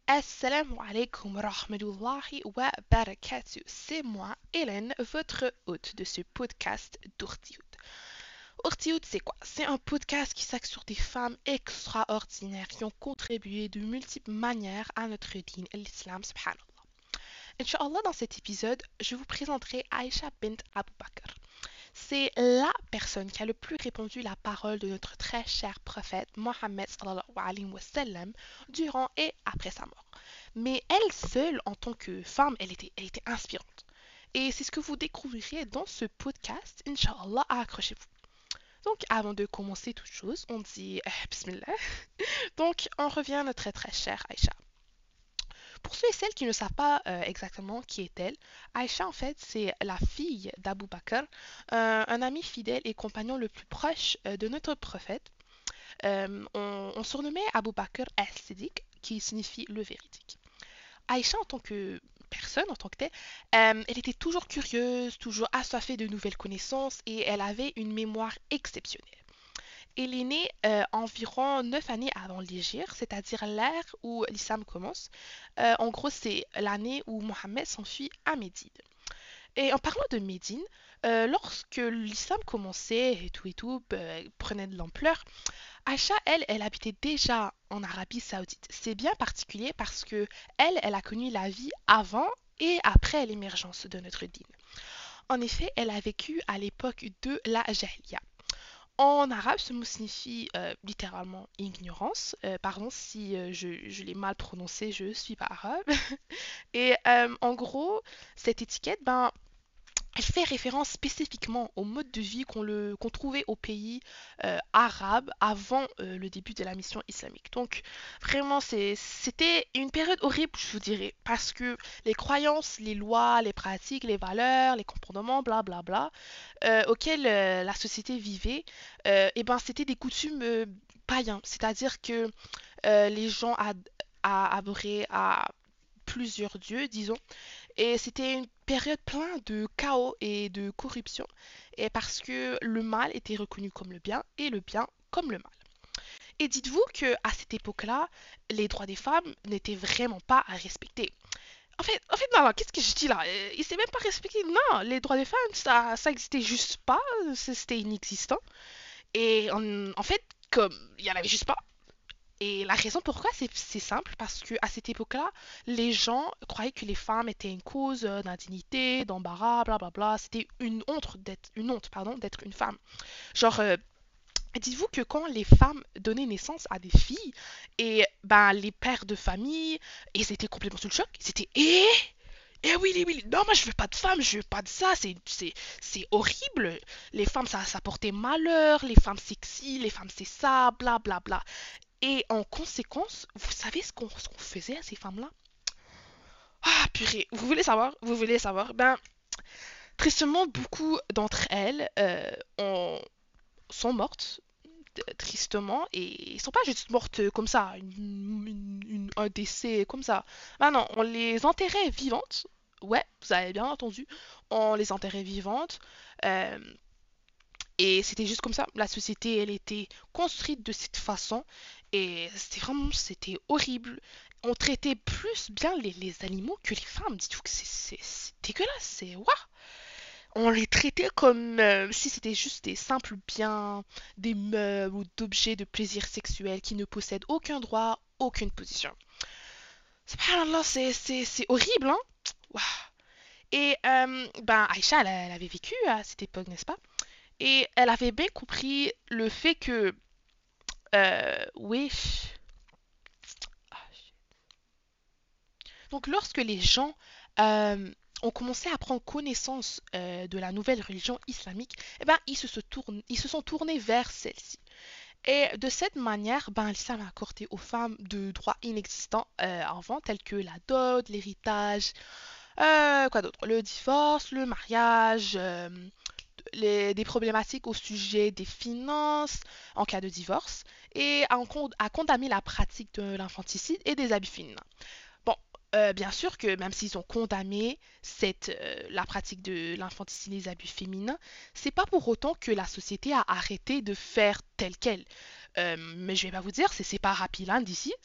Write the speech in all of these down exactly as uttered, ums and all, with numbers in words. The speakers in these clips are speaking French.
Assalamu alaikum wa rahmatullahi wa barakatuh. C'est moi, Hélène, votre hôte de ce podcast d'Ourtiout. Ourtiout, c'est quoi? C'est un podcast qui s'axe sur des femmes extraordinaires qui ont contribué de multiples manières à notre dîne, l'islam, subhanallah. Inch'Allah, dans cet épisode, je vous présenterai Aïcha bint Abu Bakr. C'est la personne qui a le plus répandu la parole de notre très cher prophète Mohammed sallallahu alayhi wa sallam durant et après sa mort. Mais elle seule, en tant que femme, elle était, elle était inspirante. Et c'est ce que vous découvrirez dans ce podcast, Inch'Allah, accrochez-vous. Donc, avant de commencer toute chose, on dit euh, Bismillah. Donc, on revient à notre très très chère Aïcha. Pour ceux et celles qui ne savent pas euh, exactement qui est-elle, Aïcha en fait c'est la fille d'Abu Bakr, euh, un ami fidèle et compagnon le plus proche euh, de notre prophète. Euh, on, on surnommait Abu Bakr al-Siddiq qui signifie le véridique. Aïcha en tant que personne, en tant que telle, euh, elle était toujours curieuse, toujours assoiffée de nouvelles connaissances et elle avait une mémoire exceptionnelle. Elle est née euh, environ neuf années avant l'Hégire, c'est-à-dire l'ère où l'islam commence. Euh, en gros, c'est l'année où Mohammed s'enfuit à Médine. Et en parlant de Médine, euh, lorsque l'islam commençait et tout et tout, euh, prenait de l'ampleur, Aïcha, elle, elle habitait déjà en Arabie Saoudite. C'est bien particulier parce que elle, elle a connu la vie avant et après l'émergence de notre dîne. En effet, elle a vécu à l'époque de la Jahiliya. En arabe, ce mot signifie euh, littéralement ignorance. Euh, pardon si euh, je, je l'ai mal prononcé, je suis pas arabe. Et euh, en gros, cette étiquette, ben, elle fait référence spécifiquement au mode de vie qu'on le- qu'on trouvait au pays euh, arabe avant euh, le début de la mission islamique. Donc vraiment, c'est- c'était une période horrible, je vous dirais, parce que les croyances, les lois, les pratiques, les valeurs, les comportements, blablabla, euh, auxquels euh, la société vivait, euh, et ben, c'était des coutumes euh, païens. C'est-à-dire que euh, les gens ad- a- adoraient à plusieurs dieux, disons, et c'était une période pleine de chaos et de corruption, et parce que le mal était reconnu comme le bien et le bien comme le mal. Et dites-vous que à cette époque-là, les droits des femmes n'étaient vraiment pas à respecter. En fait, en fait, non, non, qu'est-ce que je dis là? Euh, Il s'est même pas respecté. Non, les droits des femmes, ça, ça existait juste pas. C'était inexistant. Et en, en fait, comme il y en avait juste pas. Et la raison pourquoi, c'est c'est simple, parce que à cette époque-là, les gens croyaient que les femmes étaient une cause euh, d'indignité, d'embarras, blablabla. C'était une honte d'être une honte, pardon, d'être une femme. Genre, euh, dites-vous que quand les femmes donnaient naissance à des filles, et ben les pères de famille, ils étaient complètement sous le choc. Ils étaient eh eh oui, oui, oui, non, moi je veux pas de femme, je veux pas de ça, c'est, c'est, c'est horrible. Les femmes, ça, ça portait malheur, les femmes sexy, les femmes c'est ça, bla bla bla. Et en conséquence, vous savez ce qu'on ce qu'on faisait à ces femmes-là? Ah, purée, vous voulez savoir? Vous voulez savoir? Ben, tristement, beaucoup d'entre elles euh, ont- sont mortes, euh, tristement, et ils sont pas juste mortes comme ça, une- une- une- un décès comme ça. Ben non, on les enterrait vivantes. Ouais, vous avez bien entendu, on les enterrait vivantes. euh, Et c'était juste comme ça. La société, elle était construite de cette façon. Et c'était vraiment, c'était horrible. On traitait plus bien les, les animaux que les femmes. Dites-vous que c'est c'est- c'est dégueulasse. C'est waouh. On les traitait comme euh, si c'était juste des simples biens, des meubles ou d'objets de plaisir sexuel qui ne possèdent aucun droit, aucune position. Subhanallah, c'est c'est- c'est horrible, hein? Waouh. Et euh, ben, Aïcha, elle, elle avait vécu à cette époque, n'est-ce pas? Et elle avait bien compris le fait que, euh, oui, donc lorsque les gens euh, ont commencé à prendre connaissance euh, de la nouvelle religion islamique, eh ben, ils se, se tournent- ils se sont tournés vers celle-ci. Et de cette manière, ben, l'islam a accordé aux femmes de droits inexistants euh, avant, tels que la dot, l'héritage, euh, quoi d'autre, le divorce, le mariage, euh, les- des problématiques au sujet des finances en cas de divorce et a, a condamné la pratique de l'infanticide et des abus féminins. Bon, euh, bien sûr que même s'ils ont condamné cette, euh, la pratique de l'infanticide et des abus féminins, c'est pas pour autant que la société a arrêté de faire tel quel. Euh, mais je vais pas vous dire, c'est c'est pas rapide d'ici.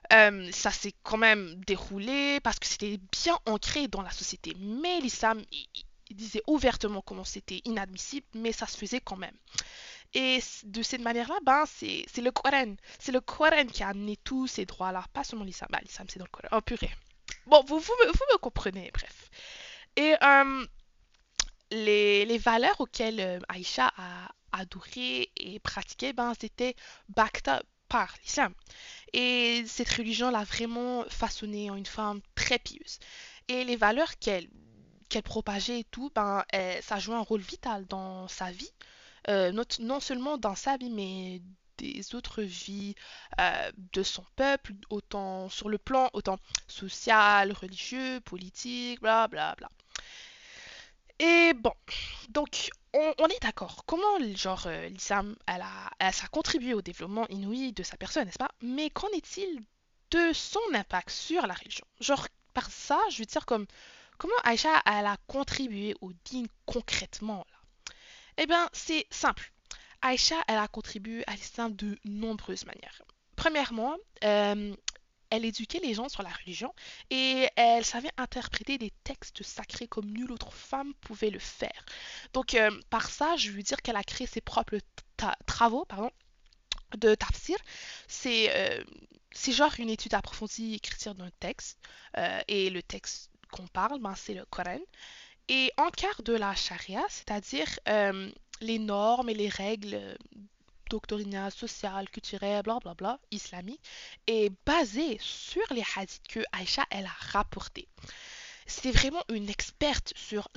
Euh, ça s'est quand même déroulé parce que c'était bien ancré dans la société. Mais l'islam, il, il disait ouvertement comment c'était inadmissible, mais ça se faisait quand même. Et de cette manière-là, ben, c'est c'est le Coran. C'est le Coran qui a amené tous ces droits-là, pas seulement l'islam. Bah, l'islam, c'est dans le Coran. Oh purée. Bon, vous, vous, me, vous me comprenez, bref. Et euh, les, les valeurs auxquelles euh, Aïcha a adoré et pratiqué, ben, c'était backed up par l'islam. Et cette religion l'a vraiment façonnée en une femme très pieuse. Et les valeurs qu'elle qu'elle propageait et tout, ben, elle- ça jouait un rôle vital dans sa vie. Euh, not- non seulement dans sa vie, mais des autres vies euh, de son peuple, autant sur le plan autant social, religieux, politique, bla bla bla. Et bon, donc on, on est d'accord. Comment genre euh, l'islam, elle a, elle, ça a contribué au développement inouï de sa personne, n'est-ce pas? Mais qu'en est-il de son impact sur la religion? Genre par ça, je veux dire comme comment Aïcha elle a contribué au dîn concrètement là? Eh bien, c'est simple. Aïcha, elle a contribué à l'islam de nombreuses manières. Premièrement, euh, elle éduquait les gens sur la religion et elle savait interpréter des textes sacrés comme nulle autre femme pouvait le faire. Donc, euh, par ça, je veux dire qu'elle a créé ses propres travaux pardon, de tafsir. C'est euh, c'est genre une étude approfondie écriture d'un texte euh, et le texte qu'on parle, ben, c'est le Coran. Et en quart de la charia, c'est-à-dire euh, les normes et les règles euh, doctrinales, sociales, culturelles, blablabla, islamiques, est basée sur les hadiths que Aïcha elle a rapportés. C'est vraiment une experte sur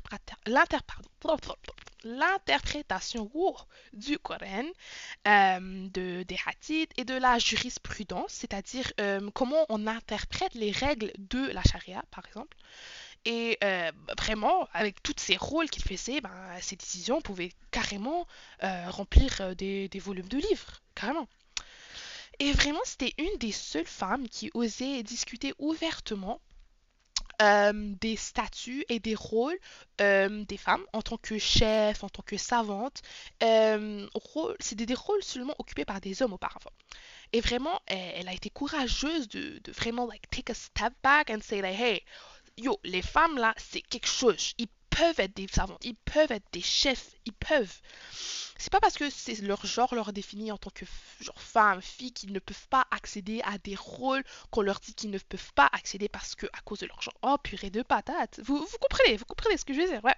l'interprétation wow, du Coran, euh, de, des hadiths et de la jurisprudence, c'est-à-dire euh, comment on interprète les règles de la charia, par exemple. Et euh, vraiment, avec tous ces rôles qu'il faisait, ben, ces décisions pouvaient carrément euh, remplir euh, des, des volumes de livres, carrément. Et vraiment, c'était une des seules femmes qui osait discuter ouvertement euh, des statuts et des rôles euh, des femmes en tant que chef, en tant que savante. Euh, rôle- C'était des rôles seulement occupés par des hommes auparavant. Et vraiment, elle, elle a été courageuse de, de vraiment like take a step back and say like, hey, yo, les femmes là, c'est quelque chose. Ils peuvent être des savantes, ils peuvent être des chefs, ils peuvent. C'est pas parce que c'est leur genre leur définit en tant que genre femme, fille, qu'ils ne peuvent pas accéder à des rôles qu'on leur dit qu'ils ne peuvent pas accéder parce que à cause de leur genre. Oh purée de patates. Vous, vous comprenez, vous comprenez ce que je veux dire, ouais.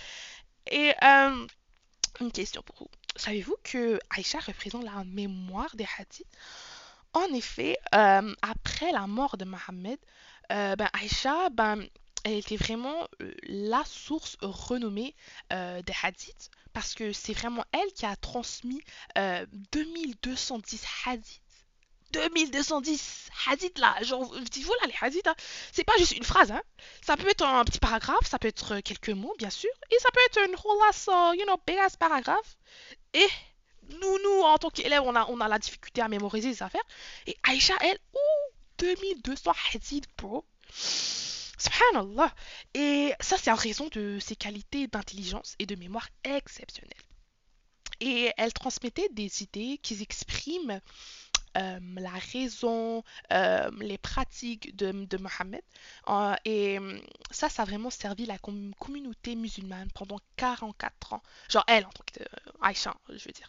Et euh, une question pour vous. Savez-vous que Aïcha représente la mémoire des hadiths? En effet, euh, après la mort de Mohammed, euh, ben, Aïcha, ben, elle était vraiment euh, la source renommée euh, des hadiths parce que c'est vraiment elle qui a transmis euh, deux mille deux cent dix hadiths. deux mille deux cent dix hadiths là, genre, dites-vous là, les hadiths, hein, c'est pas juste une phrase, hein. Ça peut être un petit paragraphe, ça peut être quelques mots, bien sûr, et ça peut être une whole ass, uh, you know, big ass paragraphe. Et nous, nous, en tant qu'élèves, on a, on a la difficulté à mémoriser les affaires. Et Aïcha, elle, ouh, deux mille deux cents hadiths, bro. Subhanallah. Et ça, c'est en raison de ses qualités d'intelligence et de mémoire exceptionnelles. Et elle transmettait des idées qui expriment euh, la raison, euh, les pratiques de, de Mohammed. Euh, et ça, ça a vraiment servi la com- communauté musulmane pendant quarante-quatre ans. Genre elle, en tant que euh, Aïcha, je veux dire.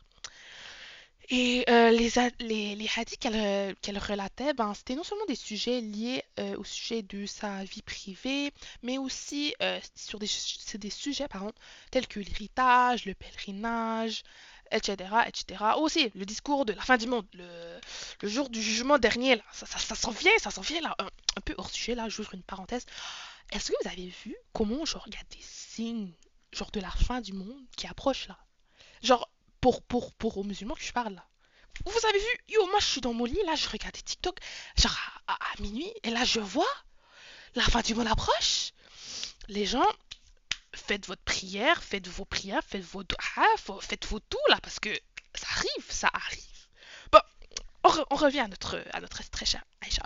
Et euh, les, les, les hadiths qu'elle euh, qu'elle relatait, ben, c'était non seulement des sujets liés euh, au sujet de sa vie privée, mais aussi euh, sur des, c'est des sujets pardon, tels que l'héritage, le pèlerinage, et cetera, et cetera. Aussi, le discours de la fin du monde, le, le jour du jugement dernier, là, ça, ça, ça s'en vient, ça s'en vient, là, un, un peu hors sujet, là, j'ouvre une parenthèse. Est-ce que vous avez vu comment, genre, il y a des signes, genre, de la fin du monde qui approchent, là? Genre, pour, pour, pour aux musulmans que je parle, là. Vous avez vu, yo, moi je suis dans mon lit, là je regardais TikTok, genre à, à- à minuit, et là je vois, la fin du monde approche. Les gens, faites votre prière, faites vos prières, faites vos doigts, faites vos tout là, parce que ça arrive, ça arrive. Bon, on, re- on revient à notre, à notre très chère Aïcha.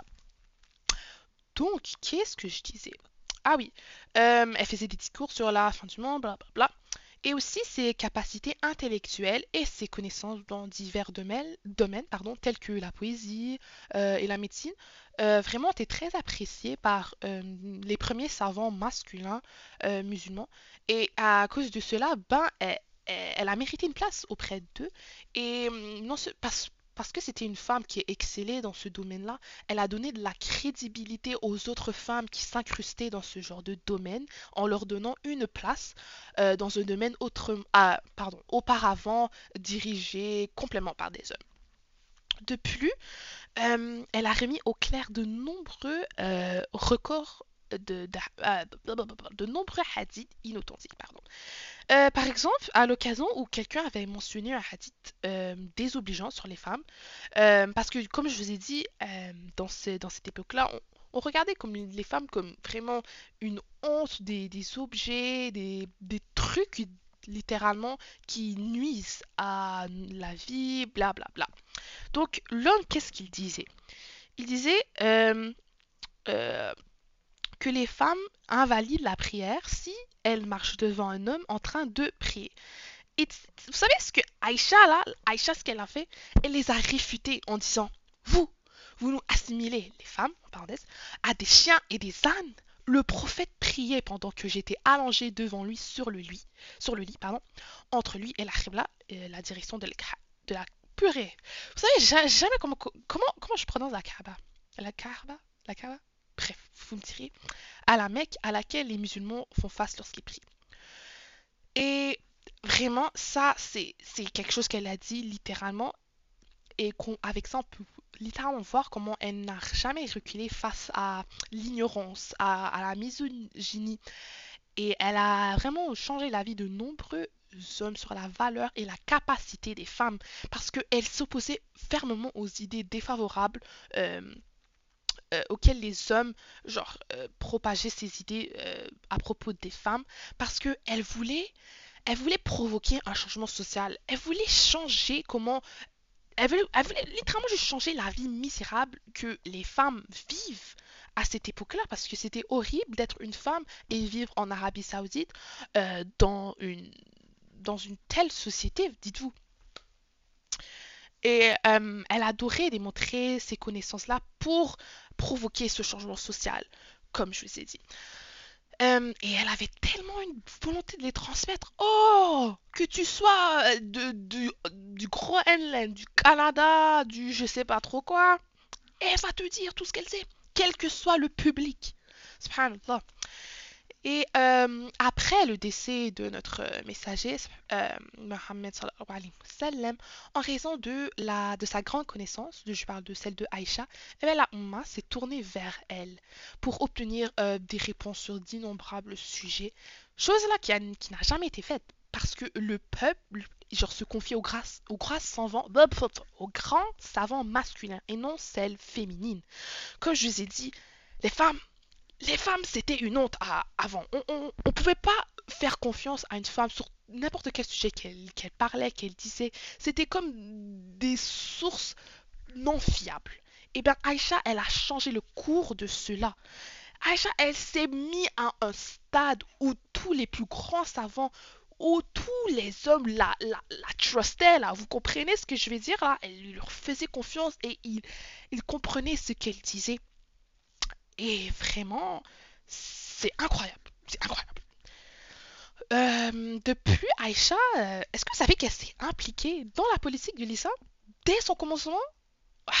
Donc, qu'est-ce que je disais? Ah oui, euh, elle faisait des discours sur la fin du monde, blablabla. et aussi ses capacités intellectuelles et ses connaissances dans divers domaines, domaines pardon, tels que la poésie euh, et la médecine, euh, vraiment ont été très appréciées par euh, les premiers savants masculins euh, musulmans. Et à cause de cela, ben, elle, elle- elle a mérité une place auprès d'eux. Et hum, non, ce- parce, parce que c'était une femme qui excellait dans ce domaine-là, elle a donné de la crédibilité aux autres femmes qui s'incrustaient dans ce genre de domaine en leur donnant une place euh, dans un domaine autre, ah, pardon, auparavant dirigé complètement par des hommes. De plus, euh, elle a remis au clair de nombreux euh, records de, de, euh, de nombreux hadiths inauthentiques. Pardon. Euh, par exemple, à l'occasion où quelqu'un avait mentionné un hadith euh, désobligeant sur les femmes, euh, parce que comme je vous ai dit, euh, dans, ce- dans cette époque-là, on, on regardait comme les femmes comme vraiment une honte, des, des objets, des, des trucs littéralement qui nuisent à la vie, blablabla. Bla, bla. Donc l'homme, qu'est-ce qu'il disait? Il disait euh, euh, que les femmes invalident la prière si elles marchent devant un homme en train de prier. Et vous savez ce que Aïcha, là, Aïcha, ce qu'elle a fait? Elle les a réfutés en disant, vous, vous nous assimilez, les femmes, en parenthèse, à des chiens et des ânes. Le prophète priait pendant que j'étais allongée devant lui sur le lit, sur le lit, pardon, entre lui et la Qibla, euh, la direction de la, de la purée. Vous savez jamais comment, comment, comment je prononce la Kaaba? La Kaaba? La Kaaba? Bref, vous me direz, à la Mecque à laquelle les musulmans font face lorsqu'ils prient. Et vraiment, ça, c'est c'est quelque chose qu'elle a dit littéralement. Et qu'on, avec ça, on peut littéralement voir comment elle n'a jamais reculé face à l'ignorance, à, à la misogynie. Et elle a vraiment changé la vie de nombreux hommes sur la valeur et la capacité des femmes. Parce qu'elle s'opposait fermement aux idées défavorables euh, euh, auxquelles les hommes genre euh, propageaient ces idées euh, à propos des femmes. Parce qu'elle voulait elle voulait provoquer un changement social. Elle voulait changer comment... Elle voulait, elle voulait littéralement juste changer la vie misérable que les femmes vivent à cette époque-là. Parce que c'était horrible d'être une femme et vivre en Arabie Saoudite euh, dans, une, dans une telle société, dites-vous. Et euh, elle adorait démontrer ces connaissances-là pour provoquer ce changement social, comme je vous ai dit. Euh, et elle avait tellement une volonté de les transmettre. Oh, que tu sois euh, de, du, du Groenland, du Canada, du je sais pas trop quoi, elle va te dire tout ce qu'elle sait, quel que soit le public. Subhanallah. Et euh, après le décès de notre messager, euh, Mohammed sallallahu alayhi wa sallam, en raison de, la, de sa grande connaissance, de, je parle de celle de Aïcha, eh bien, la Ummah s'est tournée vers elle pour obtenir euh, des réponses sur d'innombrables sujets, chose là qui, a- qui n'a jamais été faite parce que le peuple genre, se confiait aux, grâces, aux, grâces savants, aux grands savants masculins et non celles féminines. Comme je vous ai dit, les femmes les femmes, c'était une honte à- avant. On, on, on pouvait pas faire confiance à une femme sur n'importe quel sujet qu'elle qu'elle parlait, qu'elle disait. C'était comme des sources non fiables. Et bien, Aïcha, elle a changé le cours de cela. Aïcha, elle s'est mise à un stade où tous les plus grands savants, où tous les hommes la, la, la trustaient, là. Vous comprenez ce que je veux dire, là? Elle leur faisait confiance et ils, ils comprenaient ce qu'elle disait. Et vraiment, c'est incroyable. C'est incroyable. Euh, depuis Aïcha, euh, est-ce que vous savez qu'elle s'est impliquée dans la politique du lycée dès son commencement? Ah,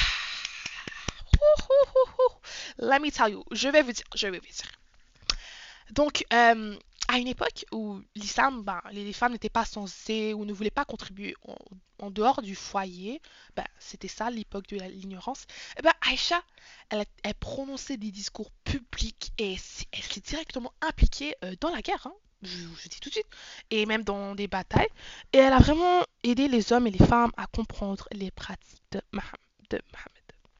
ouh, ouh, ouh, ouh. Let me tell you, je vais vous dire, je vais vous dire. Donc, euh, à une époque où l'islam, ben, les femmes n'étaient pas censées ou ne voulaient pas contribuer en, en dehors du foyer, ben, c'était ça l'époque de l'ignorance, eh ben, Aïcha, elle, elle prononçait des discours publics et elle s'est directement impliquée euh, dans la guerre, hein, je, je dis tout de suite, et même dans des batailles. Et elle a vraiment aidé les hommes et les femmes à comprendre les pratiques de Mohammed. De Mohammed.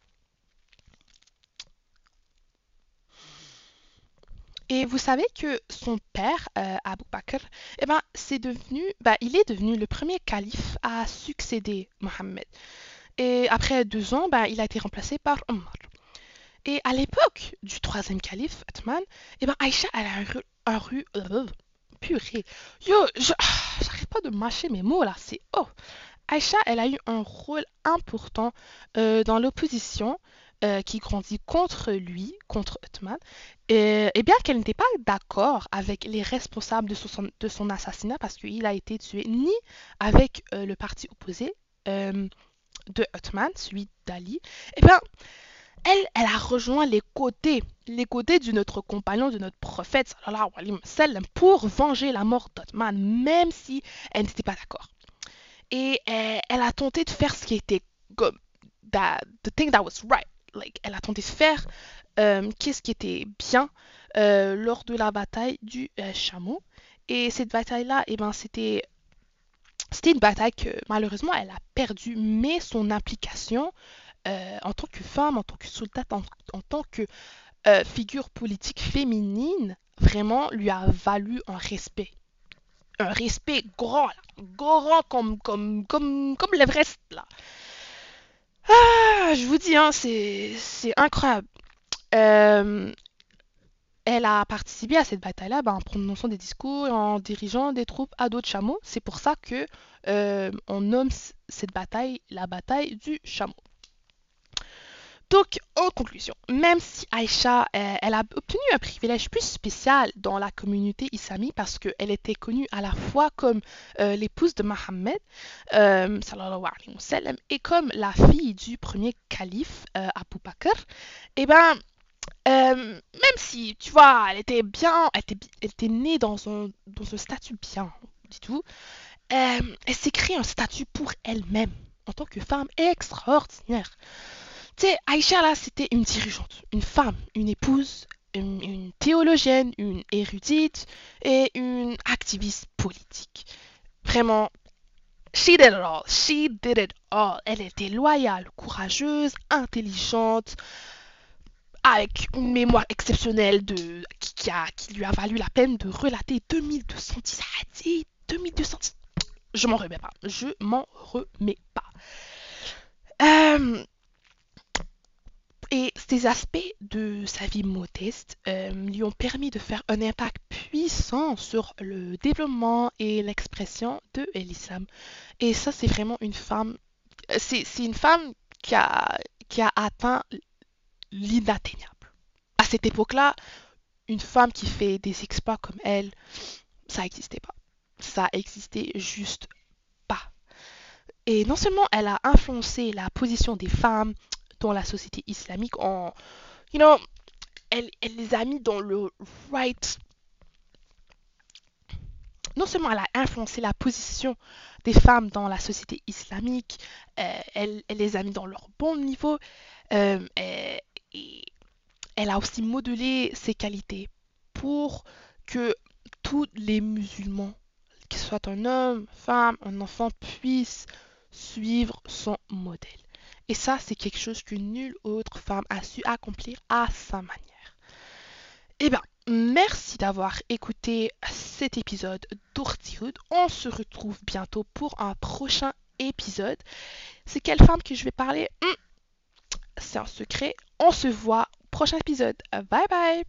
Et vous savez que son père, euh, Abu Bakr, eh ben, c'est devenu, bah, il est devenu le premier calife à succéder Mohammed. Et après deux ans, bah, il a été remplacé par Omar. Et à l'époque du troisième calife, Othman, eh ben, Aïcha, elle a un, ru- un ru- euh, purée. Yo, je, j'arrête pas de mâcher mes mots là. C'est oh. Aïcha, elle a eu un rôle important euh, dans l'opposition euh, qui grandit contre lui, contre Othman, et, et bien qu'elle n'était pas d'accord avec les responsables de son, de son assassinat, parce qu'il a été tué ni avec euh, le parti opposé euh, de Othman, celui d'Ali, et bien elle, elle a rejoint les côtés, les côtés de notre compagnon, de notre prophète, sallallahu alayhi wa sallam, pour venger la mort d'Othman, même si elle n'était pas d'accord. Et elle, elle a tenté de faire ce qui était comme that, the thing that was right. Like, elle a tenté de faire euh, qu'est-ce qui était bien euh, lors de la bataille du euh, chameau. Et cette bataille-là, eh ben, c'était, c'était une bataille que malheureusement elle a perdue, mais son implication euh, en tant que femme, en tant que soldate, en, en tant que euh, figure politique féminine, vraiment lui a valu un respect. Un respect grand, là. Grand comme, comme, comme, comme l'Everest, là. Ah, je vous dis, hein, c'est, c'est incroyable. Euh, Elle a participé à cette bataille-là ben, en prononçant des discours et en dirigeant des troupes à dos de chameau. C'est pour ça que euh, on nomme cette bataille la bataille du chameau. Donc, en conclusion, même si Aïcha, euh, elle a obtenu un privilège plus spécial dans la communauté islamique parce qu'elle était connue à la fois comme euh, l'épouse de Mohammed, euh, sallallahu alayhi wa sallam, et comme la fille du premier calife, euh, Abu Bakr, et ben, euh, même si, tu vois, elle était bien, elle était, elle était née dans un, dans un statut bien, dis tout, euh, elle s'est créée un statut pour elle-même en tant que femme extraordinaire. Tu sais, Aïcha, là, c'était une dirigeante, une femme, une épouse, une, une théologienne, une érudite et une activiste politique. Vraiment, she did it all. She did it all. Elle était loyale, courageuse, intelligente, avec une mémoire exceptionnelle de, qui, qui a, qui lui a valu la peine de relater deux mille deux cent dix hadiths. deux mille deux cent dix. Je m'en remets pas. Je m'en remets pas. Euh, Et ces aspects de sa vie modeste euh, lui ont permis de faire un impact puissant sur le développement et l'expression de l'islam. Et ça, c'est vraiment une femme, c'est, c'est une femme qui a, qui a atteint l'inatteignable. À cette époque-là, une femme qui fait des exploits comme elle, ça n'existait pas. Ça existait juste pas. Et non seulement elle a influencé la position des femmes dans la société islamique en, you know, elle, elle les a mis dans le right. Non seulement elle a influencé la position des femmes dans la société islamique, euh, elle, elle les a mis dans leur bon niveau, euh, et, et elle a aussi modelé ses qualités pour que tous les musulmans, que ce soit un homme, femme, un enfant, puissent suivre son modèle. Et ça, c'est quelque chose que nulle autre femme a su accomplir à sa manière. Eh bien, merci d'avoir écouté cet épisode d'Ourtioud. On se retrouve bientôt pour un prochain épisode. C'est quelle femme que je vais parler? hmm, C'est un secret. On se voit au prochain épisode. Bye bye.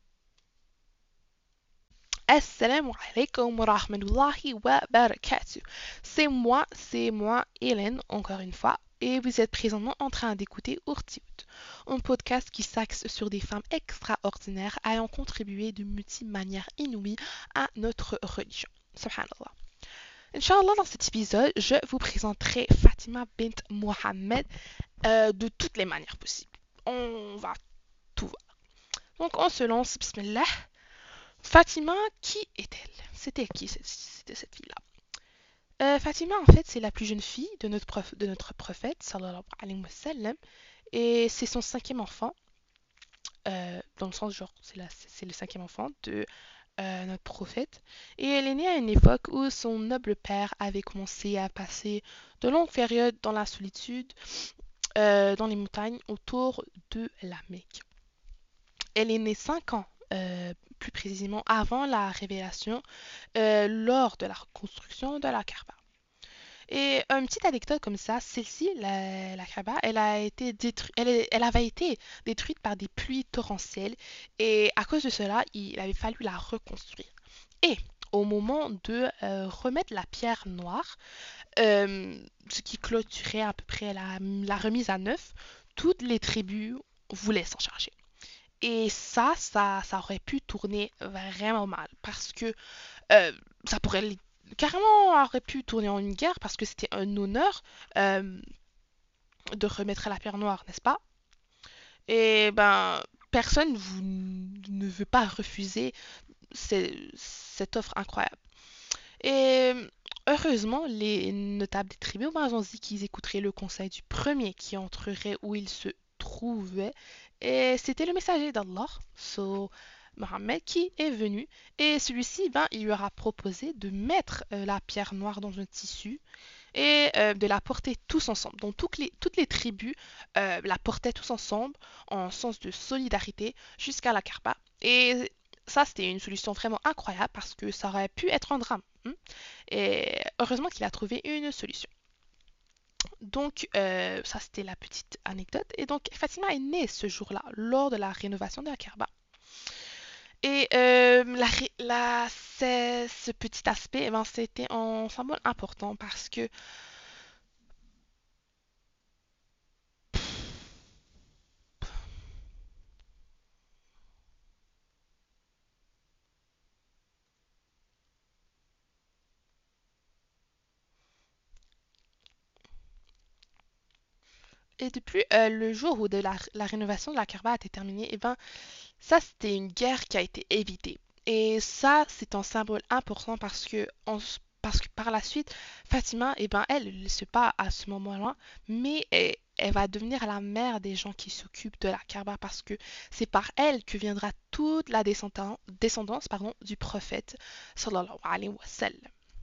Assalamu alaikum wa rahmatullahi wa barakatuh. C'est moi, c'est moi, Hélène, encore une fois, et vous êtes présentement en train d'écouter Ourtiout, un podcast qui s'axe sur des femmes extraordinaires ayant contribué de multiples manières inouïes à notre religion. Subhanallah. Inch'Allah, dans cet épisode, je vous présenterai Fatima bint Mohammed euh, de toutes les manières possibles. On va tout voir. Donc, on se lance, bismillah. Fatima, qui est-elle? C'était qui cette, c'était cette fille-là? Euh, Fatima, en fait, c'est la plus jeune fille de notre, prof, de notre prophète, sallallahu alayhi wa sallam, et c'est son cinquième enfant, euh, dans le sens genre, c'est, la, c'est le cinquième enfant de euh, notre prophète, et elle est née à une époque où son noble père avait commencé à passer de longues périodes dans la solitude, euh, dans les montagnes, autour de la Mecque. Elle est née cinq ans euh, plus précisément avant la révélation, euh, lors de la reconstruction de la Kaaba. Et une petite anecdote comme ça, celle-ci, la, la Kaaba, elle, a été détru- elle, elle avait été détruite par des pluies torrentielles et à cause de cela, il avait fallu la reconstruire. Et au moment de euh, remettre la pierre noire, euh, ce qui clôturait à peu près la, la remise à neuf, toutes les tribus voulaient s'en charger. Et ça, ça, ça aurait pu tourner vraiment mal parce que euh, ça pourrait carrément aurait pu tourner en une guerre parce que c'était un honneur euh, de remettre la pierre noire, n'est-ce pas? Et ben, personne vous, ne veut pas refuser ces- cette offre incroyable. Et heureusement, les notables des tribus ben, ont dit qu'ils écouteraient le conseil du premier qui entrerait où il se trouvait. Et c'était le messager d'Allah, so, Mohammed, qui est venu. Et celui-ci, ben, il lui aura proposé de mettre euh, la pierre noire dans un tissu et euh, de la porter tous ensemble. Donc toutes les, toutes les tribus euh, la portaient tous ensemble en sens de solidarité jusqu'à la Karba. Et ça, c'était une solution vraiment incroyable parce que ça aurait pu être un drame. Hein. Et heureusement qu'il a trouvé une solution. Donc, euh, ça, c'était la petite anecdote. Et donc, Fatima est née ce jour-là, lors de la rénovation de la Kaaba. Et euh, la, la, ce petit aspect, eh ben, c'était un symbole important parce que et depuis euh, le jour où de la, la rénovation de la Kaaba a été terminée, eh ben, ça c'était une guerre qui a été évitée. Et ça, c'est un symbole important parce que, en- parce que par la suite, Fatima, eh ben, elle ne le sait pas à ce moment-là, mais elle, elle va devenir la mère des gens qui s'occupent de la Kaaba parce que c'est par elle que viendra toute la descendance, descendance pardon, du prophète sallallahu alayhi wa sallam.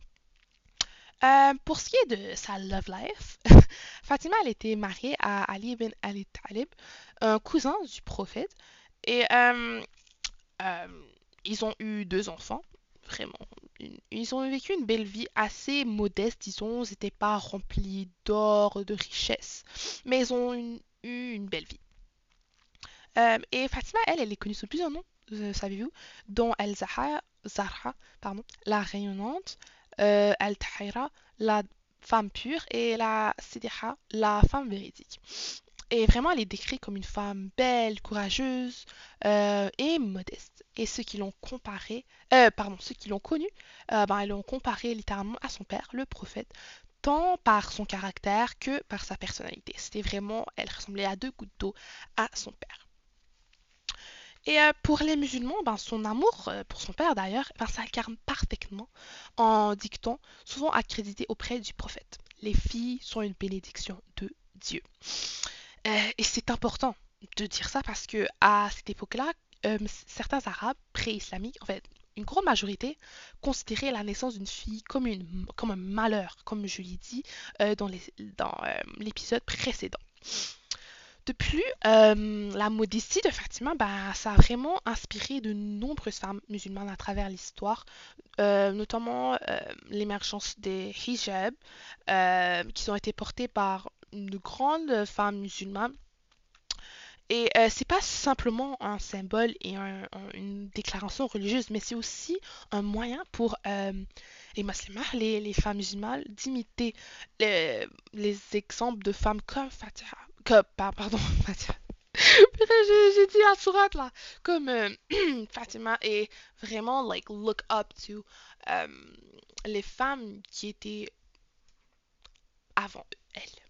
Euh, pour ce qui est de sa love life, Fatima, elle était mariée à Ali ibn Ali Talib, un cousin du prophète, et euh, euh, ils ont eu deux enfants, vraiment. Ils ont vécu une belle vie assez modeste, disons, ils n'étaient pas remplis d'or, de richesses, mais ils ont une- eu une belle vie. Euh, et Fatima, elle, elle est connue sous plusieurs noms, euh, savez-vous, dont Al-Zahra, Zahra, pardon, la rayonnante, euh, Al-Tahira, la femme pure, et la Sidiha, la femme véridique. Et vraiment, elle est décrite comme une femme belle, courageuse euh, et modeste. Et ceux qui l'ont comparé, euh, pardon, ceux qui l'ont connue, euh, ben, ils l'ont comparé littéralement à son père, le prophète, tant par son caractère que par sa personnalité. C'était vraiment, elle ressemblait à deux gouttes d'eau à son père. Et euh, pour les musulmans, ben, son amour euh, pour son père d'ailleurs, ben, s'incarne parfaitement en dictant, souvent accrédité auprès du prophète. Les filles sont une bénédiction de Dieu. Euh, et c'est important de dire ça parce que à cette époque-là, euh, certains Arabes pré-islamiques, en fait, une grande majorité, considéraient la naissance d'une fille comme, une, comme un malheur, comme je l'ai dit euh, dans les- dans, euh, l'épisode précédent. De plus, euh, la modestie de Fatima, bah, ça a vraiment inspiré de nombreuses femmes musulmanes à travers l'histoire, euh, notamment euh, l'émergence des hijabs, euh, qui ont été portés par de grandes femmes musulmanes. Et euh, c'est pas simplement un symbole et un- un- une déclaration religieuse, mais c'est aussi un moyen pour euh, les musulmans, les, les femmes musulmanes, d'imiter les, les exemples de femmes comme Fatiha. Que, par- pardon, Fatiha. Purée, J'ai j'ai dit la sourate là. Comme euh, Fatima et vraiment, like, look up to euh, les femmes qui étaient avant elles.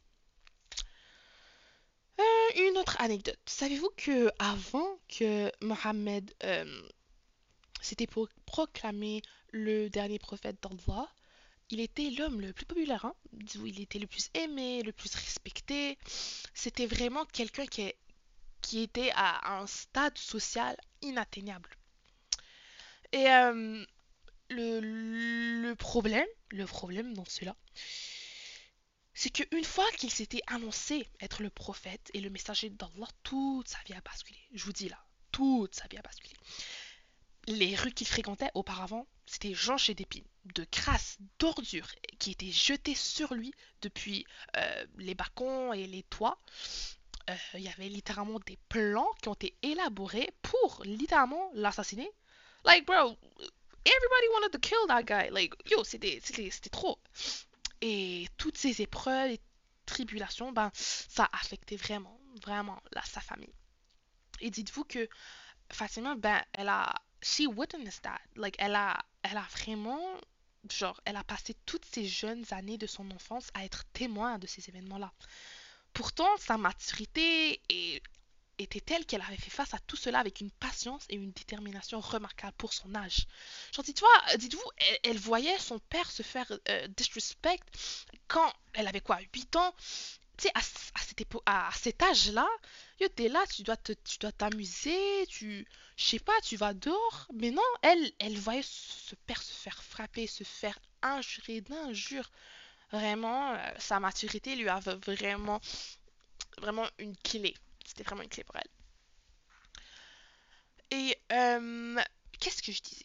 Euh, une autre anecdote. Savez-vous que avant que Mohammed euh, s'était pro- proclamé le dernier prophète d'Allah, il était l'homme le plus populaire, hein. Il était le plus aimé, le plus respecté. C'était vraiment quelqu'un qui, qui était à un stade social inatteignable. Et euh, le, le problème, le problème dans cela, c'est qu'une fois qu'il s'était annoncé être le prophète et le messager d'Allah, toute sa vie a basculé. Je vous dis là, toute sa vie a basculé. Les rues qu'il fréquentait auparavant, c'était jonchées d'épines, de crasse, d'ordures qui étaient jetées sur lui depuis euh, les balcons et les toits. Euh, Il y avait littéralement des plans qui ont été élaborés pour littéralement l'assassiner. Like, bro, everybody wanted to kill that guy. Like, yo, c'était, c'était, c'était trop. Et toutes ces épreuves et tribulations, ben, ça a affecté vraiment, vraiment la, sa famille. Et dites-vous que Fatima, ben, elle a, she witnessed that. Like, elle a, elle a vraiment, genre, elle a passé toutes ces jeunes années de son enfance à être témoin de ces événements-là. Pourtant, sa maturité et- était telle qu'elle avait fait face à tout cela avec une patience et une détermination remarquables pour son âge. Genre, dites-vous, dites-vous, elle, elle voyait son père se faire euh, disrespect quand elle avait quoi, huit ans. Tu sais, à, à cette épo- à, à cet âge-là, yo, t'es là, tu dois te, tu dois t'amuser, tu, je sais pas, tu vas dehors. Mais non, elle, elle voyait ce père se faire frapper, se faire injurer d'injures. Vraiment, euh, sa maturité lui avait vraiment, vraiment une clé. C'était vraiment une clé pour elle. Et euh, qu'est-ce que je disais?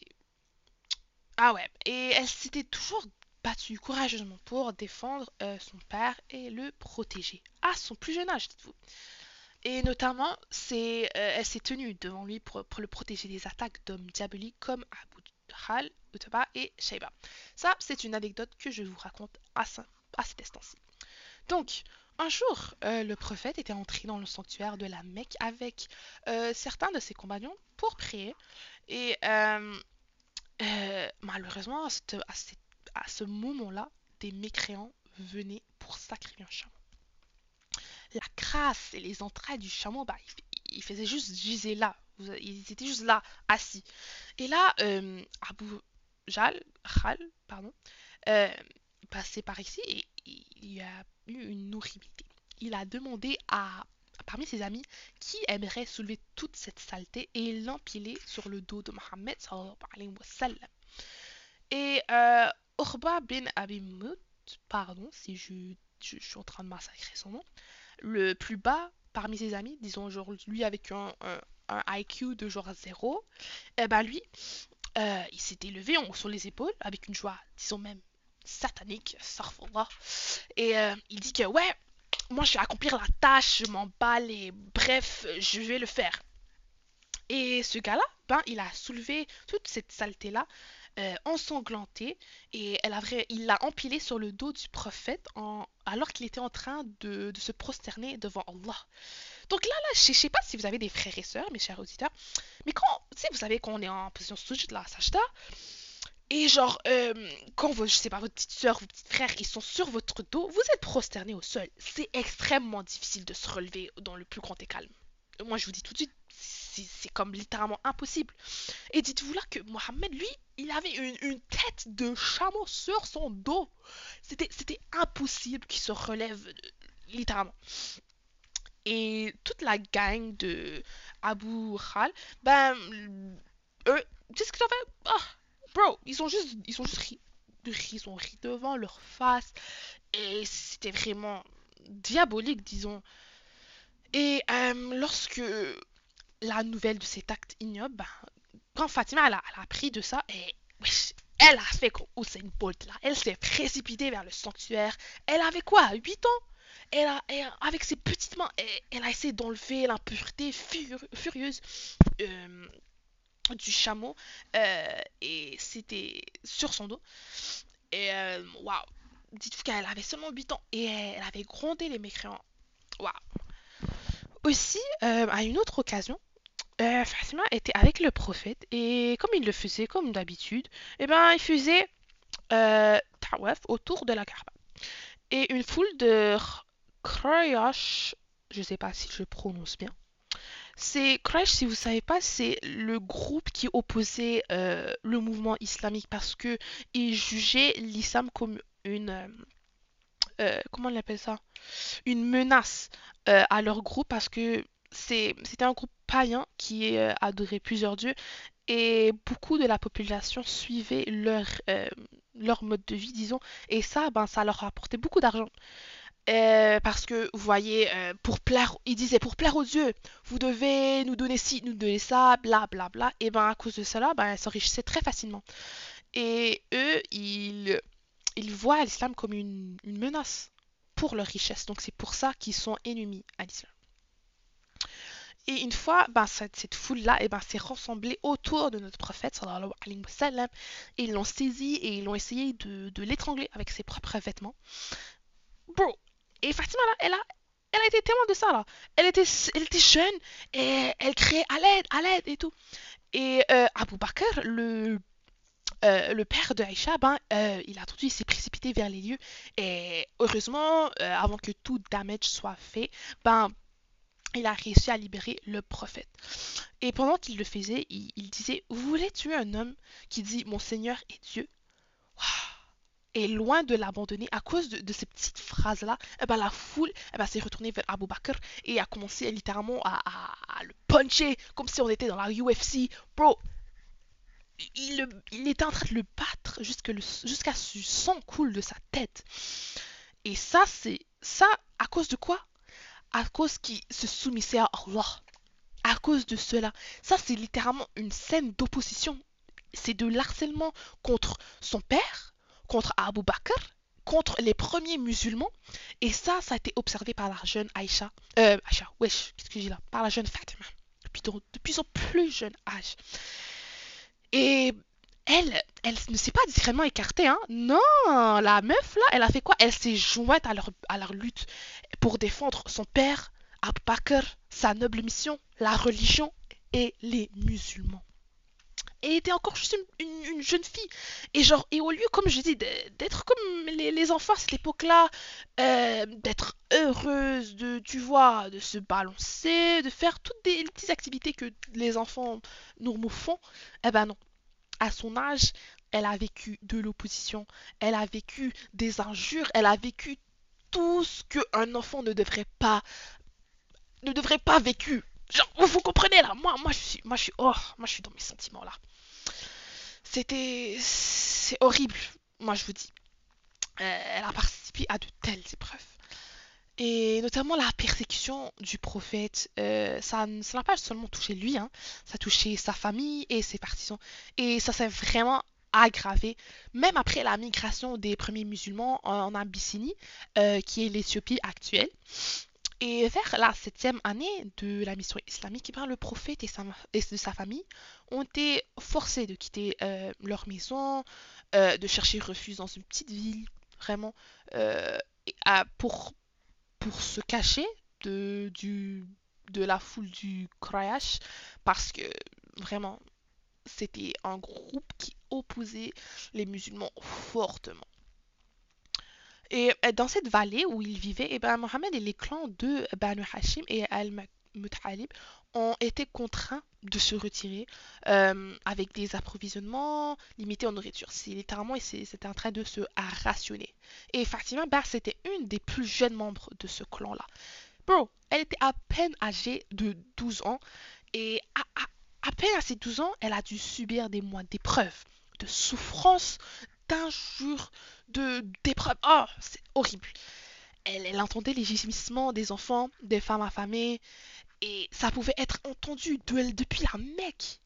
Ah ouais, et elle s'était toujours battue courageusement pour défendre euh, son père et le protéger. À son plus jeune âge, dites-vous. Et notamment, c'est, euh, elle s'est tenue devant lui pour, pour le protéger des attaques d'hommes diaboliques comme Abu Jahl, Utba et Shaiba. Ça, c'est une anecdote que je vous raconte à, ce, à cet instant-ci. Donc, un jour, euh, le prophète était entré dans le sanctuaire de la Mecque avec euh, certains de ses compagnons pour prier. Et euh, euh, malheureusement, à, cette- à cette- à ce moment-là, des mécréants venaient pour sacrifier un chameau. La crasse et les entrailles du chameau, bah, ils, ils faisaient juste giser là. Ils étaient juste là, assis. Et là, euh, Abu Jal, Khal, pardon, euh, passait par ici et il y a eu une horribilité. Il a demandé à parmi ses amis qui aimerait soulever toute cette saleté et l'empiler sur le dos de Mohammed sallallahu alayhi wa sallam. Et euh, Urba bin Abi Mut, pardon si je, je, je suis en train de massacrer son nom, le plus bas parmi ses amis, disons genre lui avec un, un, un I Q de genre zéro, et ben lui, euh, il s'était levé en, sur les épaules avec une joie, disons même satanique, sarfallah, et euh, il dit que ouais, moi je vais accomplir la tâche, je m'emballe et bref, je vais le faire. Et ce gars-là, ben, il a soulevé toute cette saleté-là, euh, ensanglantée, et elle a vrai, il l'a empilée sur le dos du prophète en, alors qu'il était en train de, de se prosterner devant Allah. Donc là, là, je ne sais pas si vous avez des frères et sœurs, mes chers auditeurs, mais quand, tu sais, vous savez qu'on est en position sujoud, la sajda, et genre, euh, quand vos, je sais pas, votre petite sœur, vos petits frères, ils sont sur votre dos, vous êtes prosterné au sol. C'est extrêmement difficile de se relever dans le plus grand et calme. Moi, je vous dis tout de suite, c'est c'est comme littéralement impossible. Et dites-vous là que Mohamed, lui, il avait une, une tête de chameau sur son dos. C'était, c'était impossible qu'il se relève, euh, littéralement. Et toute la gang de Abu Khal, ben, eux, qu'est-ce qu'ils ont fait? Ah, bro, ils ont juste, ils ont juste ri. Ils ont ri devant leur face. Et c'était vraiment diabolique, disons. Et euh, lorsque la nouvelle de cet acte ignoble, ben, quand Fatima elle a, elle a appris de ça, et wesh, elle a fait comme Usain Bolt là. Elle s'est précipitée vers le sanctuaire. Elle avait quoi, huit ans? Elle a, elle, avec ses petites mains, elle, elle a essayé d'enlever l'impureté fur, furieuse euh, du chameau. Euh, et c'était sur son dos. Et euh, waouh! Dites-vous qu'elle avait seulement huit ans et elle avait grondé les mécréants. Waouh! Aussi, euh, à une autre occasion, euh, Fatima était avec le prophète et comme il le faisait comme d'habitude, eh ben, il faisait euh, tawaf autour de la Kaaba. Et une foule de Quraysh, je sais pas si je prononce bien, c'est Quraysh, si vous savez pas, c'est le groupe qui opposait euh, le mouvement islamique parce que ils jugeaient l'islam comme une euh, euh, comment on appelle ça? Une menace euh, à leur groupe parce que c'est c'était un groupe païen qui euh, adorait plusieurs dieux et beaucoup de la population suivait leur euh, leur mode de vie, disons, et ça, ben, ça leur rapportait beaucoup d'argent. Euh, parce que, vous voyez, euh, pour plaire, ils disaient pour plaire aux dieux, vous devez nous donner ci, nous donner ça, bla bla bla. Et ben, à cause de cela, ben, ils s'enrichissaient très facilement. Et eux, ils, ils voient l'islam comme une, une menace pour leur richesse. Donc, c'est pour ça qu'ils sont ennemis à l'islam. Et une fois, ben, cette, cette foule-là eh ben, s'est rassemblée autour de notre prophète, sallallahu alayhi wa sallam, et ils l'ont saisi et ils l'ont essayé de, de l'étrangler avec ses propres vêtements. Bro, et Fatima, là, elle a, elle a été témoin de ça, là. Elle était, elle était jeune et elle criait à l'aide, à l'aide et tout. Et euh, Abu Bakr, le, euh, le père de Aïcha, ben, euh, il a tout de suite s'est précipité vers les lieux. Et heureusement, euh, avant que tout damage soit fait, ben, il a réussi à libérer le prophète. Et pendant qu'il le faisait, il, il disait, vous voulez tuer un homme qui dit mon Seigneur est Dieu? Et loin de l'abandonner à cause de, de ces petites phrases-là, eh ben, la foule eh ben, s'est retournée vers Abu Bakr et a commencé littéralement à, à- à le puncher comme si on était dans la U F C. Bro, il, il était en train de le battre jusqu'à jusqu'à ce que le sang coule de sa tête. Et ça, c'est ça à cause de quoi? À cause qu'il se soumettait à Allah. À cause de cela. Ça, c'est littéralement une scène d'opposition. C'est de l'harcèlement contre son père, contre Abu Bakr, contre les premiers musulmans. Et ça, ça a été observé par la jeune Aïcha. Euh, Aïcha, wesh, qu'est-ce que je dis là? Par la jeune Fatima. Depuis, depuis son plus jeune âge. Et elle, elle ne s'est pas discrètement écartée, hein. Non, la meuf là, elle a fait quoi? Elle s'est jointe à leur, à leur lutte pour défendre son père, Abu Bakr, sa noble mission, la religion et les musulmans. Et elle était encore juste une, une, une jeune fille. Et genre, et au lieu, comme je dis, d'être comme les, les enfants à cette époque-là, euh, d'être heureuse, de, tu vois, de se balancer, de faire toutes des, les petites activités que les enfants normaux font, eh ben non. À son âge, elle a vécu de l'opposition, elle a vécu des injures, elle a vécu tout ce qu'un enfant ne devrait pas, ne devrait pas vécu. Genre, vous comprenez là, moi, moi je suis, moi je suis, oh, moi je suis dans mes sentiments là. C'était, c'est horrible, moi je vous dis. Euh, elle a participé à de telles épreuves. Et notamment la persécution du prophète, euh, ça ça n'a pas seulement touché lui, hein, ça a touché sa famille et ses partisans. Et ça s'est vraiment aggravé, même après la migration des premiers musulmans en, en Abyssinie, euh, qui est l'Éthiopie actuelle. Et vers la septième année de la mission islamique, eh bien, le prophète et sa, et de sa famille ont été forcés de quitter euh, leur maison, euh, de chercher refuge dans une petite ville, vraiment, euh, à- pour, pour se cacher de, du, de la foule du Quraysh, parce que vraiment, c'était un groupe qui opposait les musulmans fortement. Et euh, dans cette vallée où ils vivaient, eh ben, Mohammed et les clans de Banu Hashim et Al-Muttalib ont été contraints de se retirer euh, avec des approvisionnements limités en nourriture. C'est littéralement, c'était en train de se rationner. Et Fatima, bah, c'était une des plus jeunes membres de ce clan-là. Bro, elle était à peine âgée de douze ans et à, à, à peine à ses douze ans, elle a dû subir des mois d'épreuves, de souffrances, d'injures, de d'épreuves. Oh, c'est horrible. Elle, elle entendait les gémissements des enfants, des femmes affamées, et ça pouvait être entendu de elle depuis la Mecque.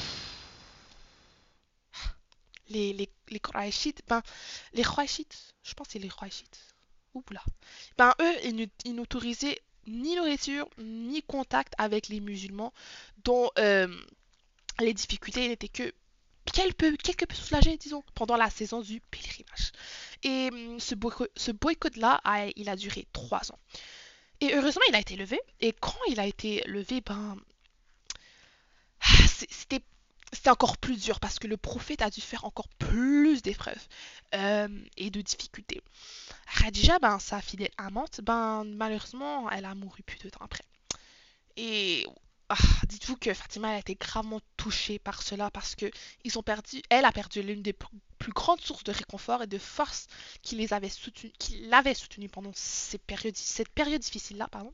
Les, les, les Qurayshites, ben, les Qurayshites, je pense que c'est les Qurayshites. Oula. Ben, eux, ils, ils n'autorisaient ni nourriture, ni contact avec les musulmans, dont euh, les difficultés n'étaient que quelque, quelque peu soulagées, disons, pendant la saison du pèlerinage. Et hum, ce, boycott, ce boycott-là, a, il a duré trois ans. Et heureusement, il a été levé. Et quand il a été levé, ben, c'était c'était encore plus dur parce que le prophète a dû faire encore plus d'épreuves euh, et de difficultés. Khadija, ben, sa fidèle amante, ben, malheureusement, elle a mouru plus de temps après. Et ah, dites-vous que Fatima a été gravement touchée par cela parce que ils ont perdu, elle a perdu l'une des plus, plus grandes sources de réconfort et de force qui les avait soutenues, qui l'avait soutenue pendant ces périodes, cette période difficile-là, pardon.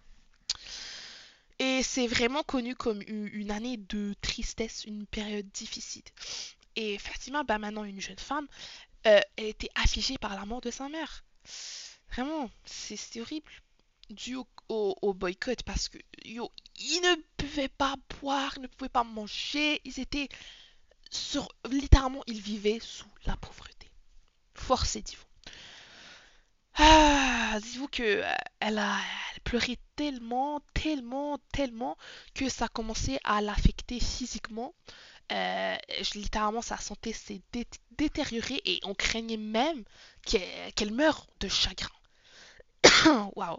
Et c'est vraiment connu comme une année de tristesse, une période difficile. Et Fatima, bah maintenant une jeune femme, euh, elle était affligée par la mort de sa mère. Vraiment, c'est horrible. Dû au, au, au boycott parce que yo, ils ne pouvaient pas boire, ils ne pouvaient pas manger, ils étaient sur, littéralement, ils vivaient sous la pauvreté. Forcé, dites-vous. Ah, dites-vous que euh, elle a, pleurait tellement, tellement, tellement que ça commençait à l'affecter physiquement. Euh, je- littéralement, sa santé s'est dé- détériorée et on craignait même qu'elle qu'elle meure de chagrin. Waouh!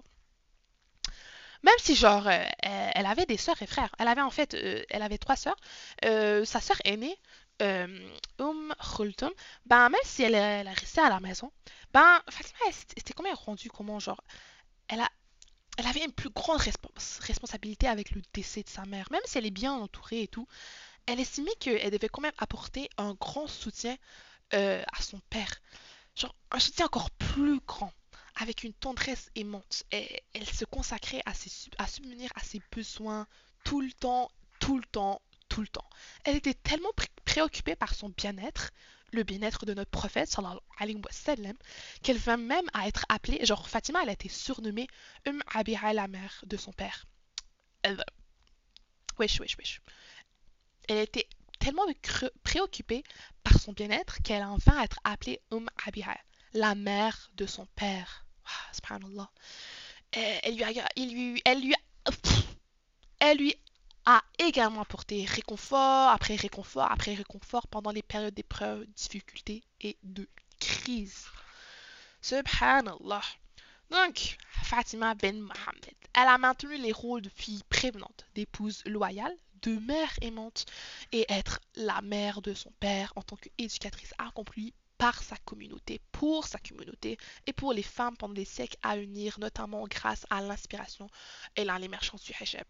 Même si, genre, euh, elle, elle avait des sœurs et frères. Elle avait en fait, euh, elle avait trois sœurs. Euh, sa sœur aînée, euh, Umm Khulthum, ben, même si elle, elle restait à la maison, ben, Fatima, elle s'était quand même rendue comment, genre, elle a, elle avait une plus grande respons- responsabilité avec le décès de sa mère. Même si elle est bien entourée et tout, elle estimait qu'elle devait quand même apporter un grand soutien euh, à son père. Genre, un soutien encore plus grand, avec une tendresse aimante. Et elle se consacrait à, ses, à subvenir à ses besoins tout le temps, tout le temps, tout le temps. Elle était tellement pré- préoccupée par son bien-être, le bien-être de notre prophète, sallallahu alayhi wa sallam, qu'elle vint même à être appelée, genre Fatima, elle a été surnommée Umm Abiha, la mère de son père. Euh, wesh, wesh, wesh. Elle était tellement préoccupée par son bien-être qu'elle en vint à être appelée Umm Abiha, la mère de son père. Ah, subhanallah. Elle, elle lui a, il lui, elle lui a, elle lui a également apporté réconfort après réconfort après réconfort pendant les périodes d'épreuves, de difficultés et de crise. Subhanallah. Donc, Fatima ben Mohammed, elle a maintenu les rôles de fille prévenante, d'épouse loyale, de mère aimante et être la mère de son père en tant qu'éducatrice accomplie par sa communauté, pour sa communauté et pour les femmes pendant des siècles à venir, notamment grâce à l'inspiration et à l'émergence du hijab.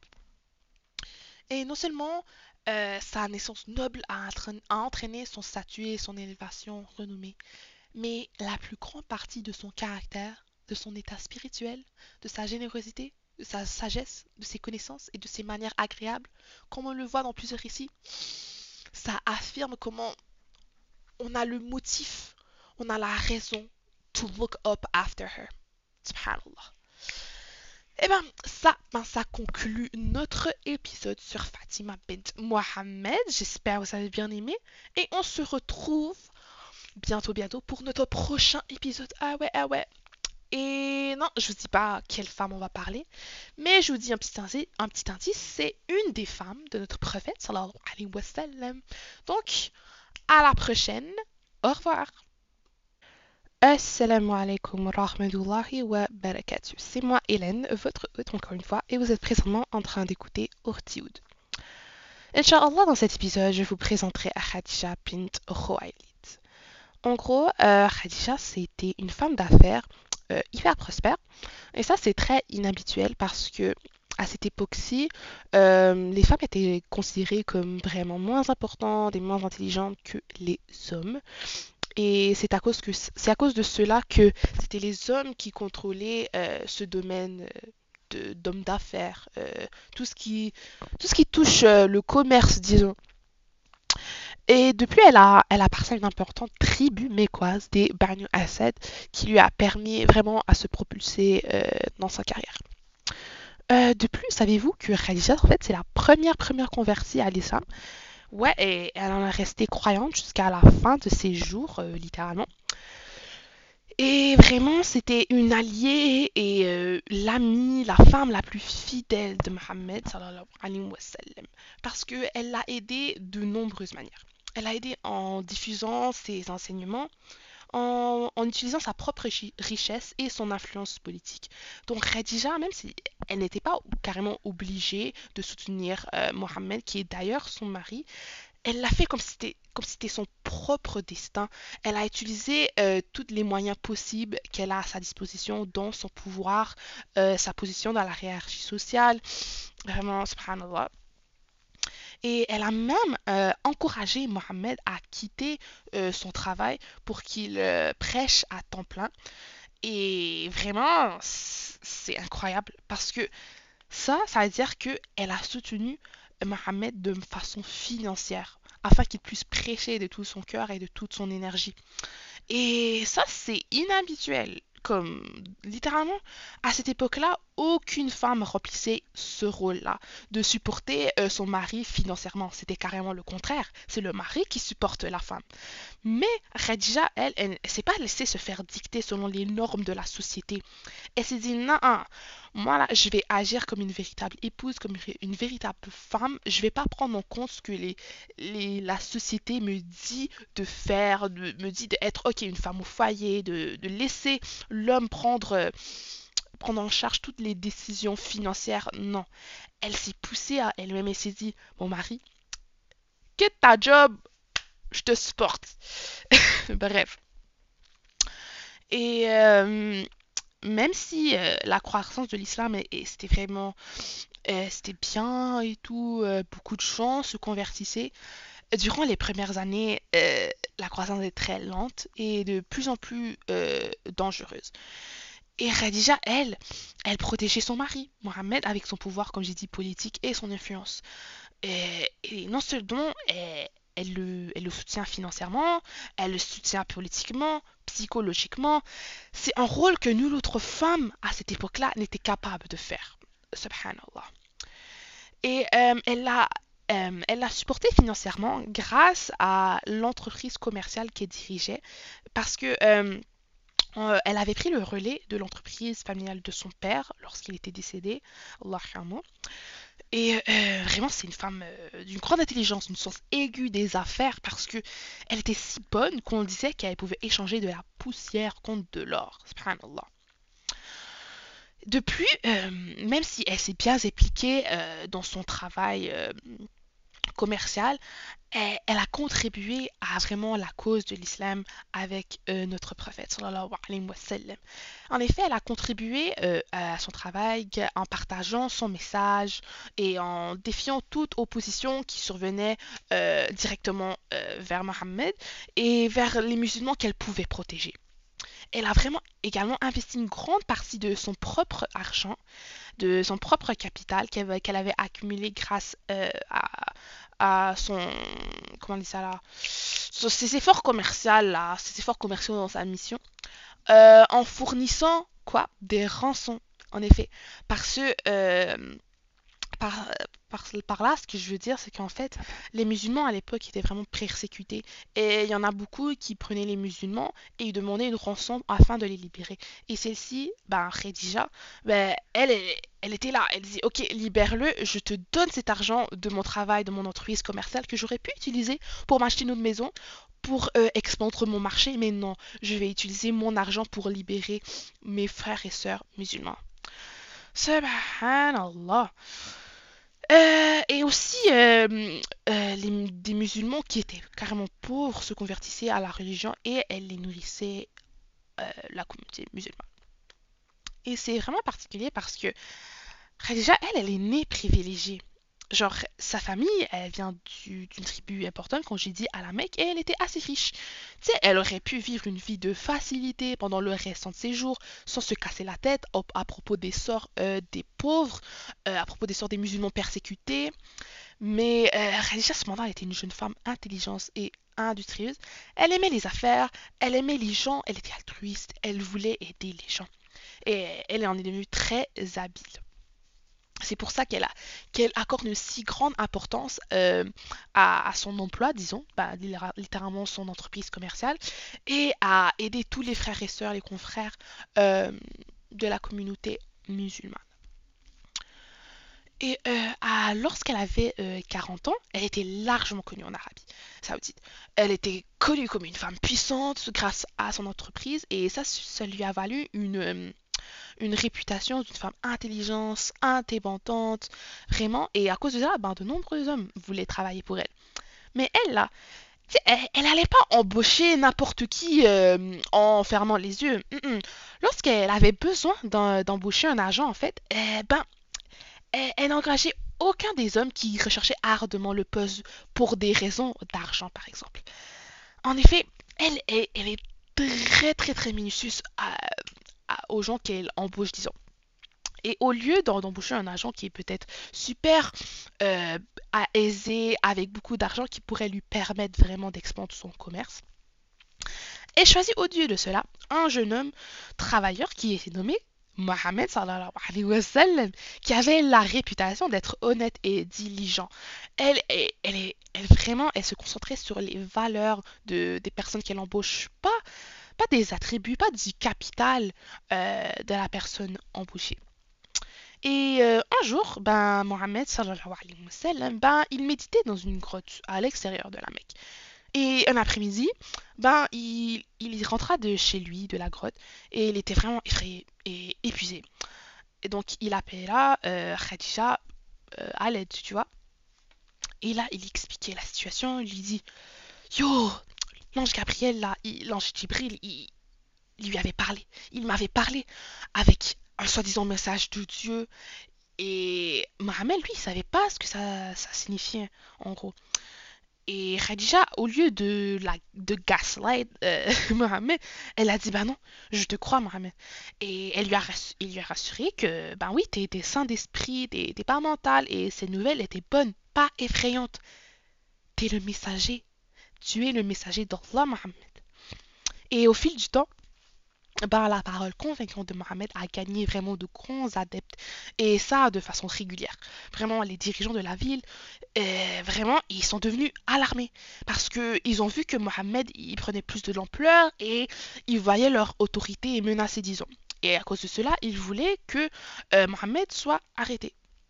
Et non seulement euh, sa naissance noble a, a entraîné son statut et son élévation renommée, mais la plus grande partie de son caractère, de son état spirituel, de sa générosité, de sa sagesse, de ses connaissances et de ses manières agréables, comme on le voit dans plusieurs récits, ça affirme comment on a le motif, on a la raison to look up after her. Subhanallah. Et ben ça, ben ça conclut notre épisode sur Fatima bint Mohammed. J'espère que vous avez bien aimé. Et on se retrouve bientôt, bientôt pour notre prochain épisode. Ah ouais, ah ouais. Et non, je vous dis pas quelle femme on va parler, mais je vous dis un petit indice, un petit indice, c'est une des femmes de notre prophète, sallallahu alayhi wa sallam. Donc, à la prochaine. Au revoir. Assalamu alaikum wa rahmatullahi wa barakatuh. C'est moi, Hélène, votre hôte encore une fois, et vous êtes présentement en train d'écouter Urtioud. Inch'Allah, dans cet épisode, je vous présenterai Khadija bint Khuwaylid. En gros, euh, Khadija, c'était une femme d'affaires euh, hyper prospère. Et ça, c'est très inhabituel parce que à cette époque-ci, euh, les femmes étaient considérées comme vraiment moins importantes et moins intelligentes que les hommes. Et c'est à cause que c'est à cause de cela que c'était les hommes qui contrôlaient euh, ce domaine euh, de, d'hommes d'affaires, euh, tout ce qui tout ce qui touche euh, le commerce, disons. Et depuis, elle a, elle appartient à une importante tribu mécoise des Banu Asad qui lui a permis vraiment à se propulser euh, dans sa carrière. Euh, de plus, savez-vous que Khadija, en fait, c'est la première première convertie à l'islam. Ouais, et elle en est restée croyante jusqu'à la fin de ses jours, euh, littéralement. Et vraiment, c'était une alliée et euh, l'amie, la femme la plus fidèle de Mohammed, sallallahu alayhi wa sallam, parce qu'elle l'a aidé de nombreuses manières. Elle a aidé en diffusant ses enseignements, en, en utilisant sa propre richesse et son influence politique. Donc Khadija, même si elle n'était pas carrément obligée de soutenir euh, Mohammed, qui est d'ailleurs son mari, elle l'a fait comme si c'était comme si c'était son propre destin. Elle a utilisé euh, tous les moyens possibles qu'elle a à sa disposition, dont son pouvoir, euh, sa position dans la hiérarchie sociale. Vraiment, subhanallah. Et elle a même euh, encouragé Mohammed à quitter euh, son travail pour qu'il euh, prêche à temps plein. Et vraiment, c'est incroyable parce que ça, ça veut dire qu'elle a soutenu Mohammed de façon financière afin qu'il puisse prêcher de tout son cœur et de toute son énergie. Et ça, c'est inhabituel. Comme littéralement, à cette époque-là, aucune femme remplissait ce rôle-là, de supporter euh, son mari financièrement. C'était carrément le contraire. C'est le mari qui supporte la femme. Mais Khadija, elle, elle ne s'est pas laissée se faire dicter selon les normes de la société. Elle s'est dit, non, moi là, je vais agir comme une véritable épouse, comme une véritable femme. Je vais pas prendre en compte ce que les, les, la société me dit de faire, de, me dit d'être, ok, une femme au foyer, de, de laisser l'homme prendre, euh, prendre en charge toutes les décisions financières. Non, elle s'est poussée à elle-même et s'est dit, mon mari, quitte ta job, je te supporte. Bref. Et euh, même si euh, la croissance de l'islam, et, et c'était vraiment, euh, c'était bien et tout, euh, beaucoup de gens se convertissaient. Durant les premières années, euh, la croissance est très lente et de plus en plus euh, dangereuse. Et Khadija, elle, elle protégeait son mari, Mohamed, avec son pouvoir, comme j'ai dit, politique et son influence. Et, et non seulement elle, elle le, elle le soutient financièrement, elle le soutient politiquement, psychologiquement. C'est un rôle que nulle autre femme à cette époque-là n'était capable de faire. Subhanallah. Et euh, elle l'a euh, elle l'a supporté financièrement grâce à l'entreprise commerciale qu'elle dirigeait parce que euh, euh, elle avait pris le relais de l'entreprise familiale de son père lorsqu'il était décédé. Allah yarhamou. Et euh, vraiment, c'est une femme euh, d'une grande intelligence, une sens aiguë des affaires, parce que elle était si bonne qu'on disait qu'elle pouvait échanger de la poussière contre de l'or. Subhanallah. Depuis, euh, même si elle s'est bien appliquée euh, dans son travail euh, commercial, elle, elle, a contribué à vraiment la cause de l'islam avec euh, notre prophète sallallahu alayhi wa sallam. En effet, elle a contribué euh, à son travail en partageant son message et en défiant toute opposition qui survenait euh, directement euh, vers Mohammed et vers les musulmans qu'elle pouvait protéger. Elle a vraiment également investi une grande partie de son propre argent, de son propre capital qu'elle qu'elle avait accumulé grâce euh, à, à son comment on dit ça là ses efforts commerciaux là, ses efforts commerciaux dans sa mission, euh, en fournissant quoi des rançons en effet parce que euh, par, par, par là, ce que je veux dire, c'est qu'en fait, les musulmans à l'époque étaient vraiment persécutés. Et il y en a beaucoup qui prenaient les musulmans et ils demandaient une rançon afin de les libérer. Et celle-ci, ben, Khadija, ben, elle, elle, elle était là. Elle disait, ok, libère-le, je te donne cet argent de mon travail, de mon entreprise commerciale que j'aurais pu utiliser pour m'acheter une autre maison, pour euh, expandre mon marché. Mais non, je vais utiliser mon argent pour libérer mes frères et sœurs musulmans. Subhanallah. Euh, et aussi, euh, euh, les, des musulmans qui étaient carrément pauvres se convertissaient à la religion et elle les nourrissait, euh, la communauté musulmane. Et c'est vraiment particulier parce que Khadija, elle, elle est née privilégiée. Genre, sa famille, elle vient du- d'une tribu importante, quand j'ai dit à la Mecque, et elle était assez riche. Tu sais, elle aurait pu vivre une vie de facilité pendant le restant de ses jours, sans se casser la tête à, à propos des sorts euh, des pauvres, euh, à propos des sorts des musulmans persécutés. Mais euh, Khadija, cependant, elle était une jeune femme intelligente et industrieuse. Elle aimait les affaires, elle aimait les gens, elle était altruiste, elle voulait aider les gens. Et elle en est devenue très habile. C'est pour ça qu'elle a, qu'elle accorde une si grande importance euh, à, à son emploi, disons, bah, littéralement son entreprise commerciale, et à aider tous les frères et sœurs, les confrères euh, de la communauté musulmane. Et euh, à- lorsqu'elle avait euh, quarante ans, elle était largement connue en Arabie Saoudite. Elle était connue comme une femme puissante grâce à son entreprise, et ça, ça lui a valu une, euh, une réputation d'une femme intelligente, indépendante, vraiment. Et à cause de ça, ben, de nombreux hommes voulaient travailler pour elle. Mais elle, là, elle, elle allait pas embaucher n'importe qui euh, en fermant les yeux. Mm -mm. Lorsqu'elle avait besoin d'embaucher un agent, en fait, eh ben, elle, elle n'engageait aucun des hommes qui recherchaient ardemment le poste pour des raisons d'argent, par exemple. En effet, elle, elle, elle est très très très minutieuse à- à- aux gens qu'elle embauche, disons. Et au lieu d'embaucher un agent qui est peut-être super euh, aisé, avec beaucoup d'argent, qui pourrait lui permettre vraiment d'expandre son commerce, elle choisit au lieu de cela un jeune homme travailleur qui est nommé Mohammed sallallahu alayhi wa sallam, qui avait la réputation d'être honnête et diligent. Elle, elle, elle est, elle vraiment, elle se concentrait sur les valeurs de, des personnes qu'elle embauche, pas, pas des attributs, pas du capital euh, de la personne embauchée. Et euh, un jour, ben, Mohammed sallallahu alayhi wa sallam, ben, il méditait dans une grotte à l'extérieur de la Mecque. Et un après-midi, ben, il, il rentra de chez lui, de la grotte, et il était vraiment effrayé et épuisé. Et donc, il appela euh, Khadija euh, à l'aide, tu vois. Et là, il expliquait la situation, il lui dit, Yo, l'ange Gabriel, là, il- l'ange Jibril, il, il lui avait parlé. Il m'avait parlé avec un soi-disant message de Dieu. Et Mohamed, lui, il savait pas ce que ça, ça signifiait, en gros. Et Khadija, au lieu de, la, de gaslight euh, Mohamed, elle a dit, bah non, je te crois, Mohamed. Et elle lui a, rassu- il lui a rassuré que, ben oui, t'es, t'es sain d'esprit, t'es, t'es pas mental, et ces nouvelles étaient bonnes, pas effrayantes. T'es le messager. Tu es le messager d'Allah, Mohamed. Et au fil du temps, ben, la parole convaincante de Mohamed a gagné vraiment de grands adeptes, et ça de façon régulière. Vraiment, les dirigeants de la ville, euh, vraiment, ils sont devenus alarmés parce que ils ont vu que Mohamed il prenait plus de l'ampleur et ils voyaient leur autorité menacée, disons. Et à cause de cela, ils voulaient que euh, Mohamed soit arrêté.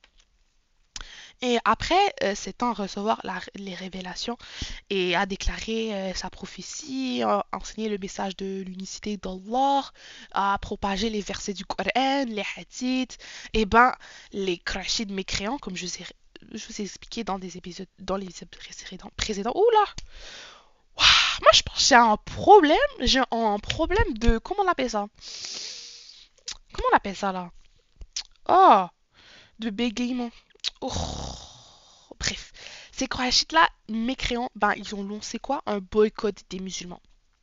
Et après euh, s'étant recevoir la- les révélations et a déclaré euh, sa prophétie, a enseigné le message de l'unicité d'Allah, a propagé les versets du Coran, les hadiths, et ben les crachis mécréants, comme je vous ai, je vous ai expliqué dans des épisodes, dans les épisodes précédents. précédents. Oula! Ouah, moi je pense que j'ai un problème, j'ai un problème de, comment on appelle ça? Comment on appelle ça là? Oh, de bégaiement. Oh. Bref, ces Qurayshites-là, mécréants, ben, ils ont lancé quoi? Un boycott des musulmans.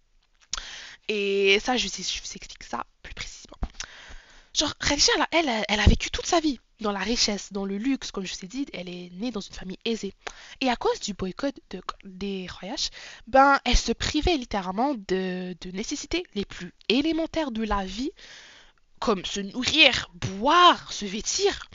Et ça, je, sais, je vous explique ça plus précisément. Genre, Khadija, là, elle, elle a vécu toute sa vie dans la richesse, dans le luxe, comme je vous ai dit, elle est née dans une famille aisée. Et à cause du boycott de, des Quraysh, ben, elle se privait littéralement de, de nécessités les plus élémentaires de la vie, comme se nourrir, boire, se vêtir.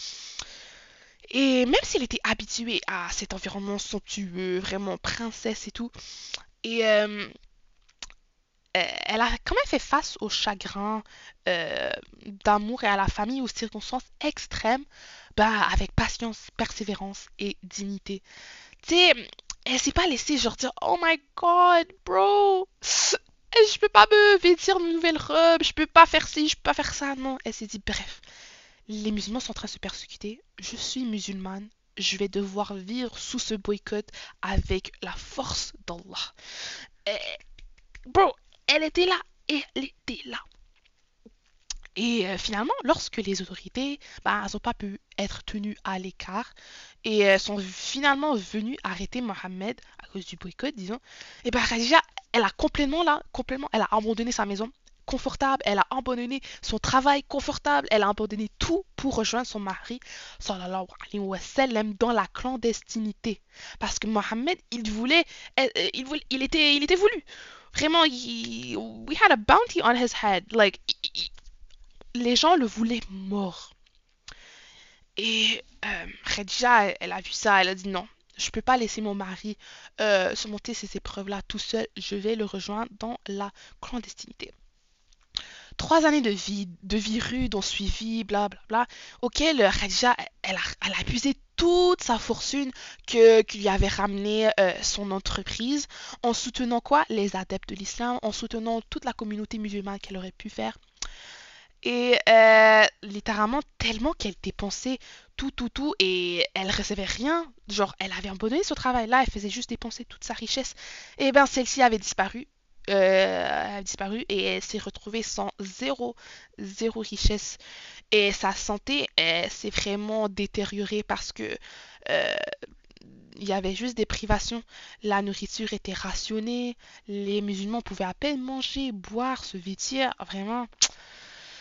Et même s'il était habitué à cet environnement somptueux, vraiment princesse et tout, et euh, euh, elle a quand même fait face au chagrin euh, d'amour et à la famille aux circonstances extrêmes, bah, avec patience, persévérance et dignité. Tu sais, elle s'est pas laissée genre dire Oh my god, bro, je peux pas me vêtir une nouvelle robe, je peux pas faire ci, je peux pas faire ça. Non, elle s'est dit bref, les musulmans sont en train de se persécuter. Je suis musulmane. Je vais devoir vivre sous ce boycott avec la force d'Allah. Eh, bro, elle était là. Et elle était là. Et euh, finalement, lorsque les autorités bah, n'ont pas pu être tenues à l'écart et euh, sont finalement venues arrêter Mohamed à cause du boycott, disons, et bah Khadija, elle a complètement là, complètement, elle a abandonné sa maison confortable, elle a abandonné son travail confortable, elle a abandonné tout pour rejoindre son mari, sallallahu alayhi wa sallam, dans la clandestinité. Parce que Mohamed, il voulait, elle- euh, il, voulait- il était, il était voulu. Vraiment, il- we had a bounty on his head. Like, il- il- les gens le voulaient mort. Et euh, Khadija, elle a vu ça, elle a dit non, je peux pas laisser mon mari euh, surmonter ces épreuves-là tout seul, je vais le rejoindre dans la clandestinité. Trois années de vie, de vie rude ont suivi, blablabla, bla, bla, auquel Khadija, elle a, elle a abusé toute sa fortune que, qui lui avait ramené euh, son entreprise, en soutenant quoi? Les adeptes de l'islam, en soutenant toute la communauté musulmane qu'elle aurait pu faire. Et euh, littéralement, tellement qu'elle dépensait tout, tout, tout, et elle recevait rien. Genre, elle avait abandonné ce travail-là, elle faisait juste dépenser toute sa richesse. Et bien, celle-ci avait disparu. Euh, avait disparu et elle s'est retrouvée sans zéro, zéro richesse. Et sa santé s'est vraiment détériorée parce que euh, il y avait juste des privations. La nourriture était rationnée, les musulmans pouvaient à peine manger, boire, se vêtir. Vraiment,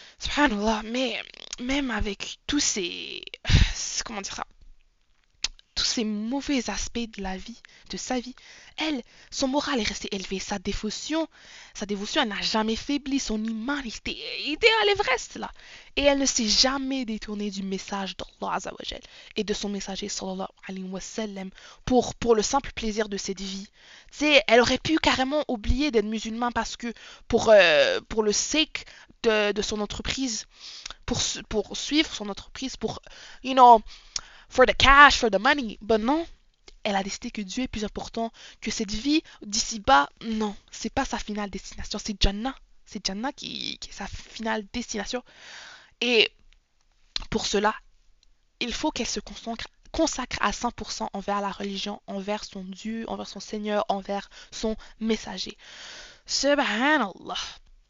subhanallah, mais même avec tous ces... Comment dire ça? tous ces mauvais aspects de la vie, de sa vie. Elle, son moral est resté élevé, sa dévotion, sa dévotion, elle n'a jamais faibli, son iman il était, il était à l'Everest là. Et elle ne s'est jamais détournée du message d'Allah Azzawajal et de son messager sallallahu alayhi wa sallam pour, pour le simple plaisir de cette vie. Tu sais, elle aurait pu carrément oublier d'être musulmane parce que pour, euh, pour le sake de, de son entreprise, pour, pour suivre son entreprise, pour, you know, for the cash, for the money. Ben non, elle a décidé que Dieu est plus important que cette vie d'ici-bas. Non, c'est pas sa finale destination, c'est Jannah. C'est Jannah qui, qui est sa finale destination. Et pour cela, il faut qu'elle se consacre, consacre à cent pour cent envers la religion, envers son Dieu, envers son Seigneur, envers son messager. Subhanallah.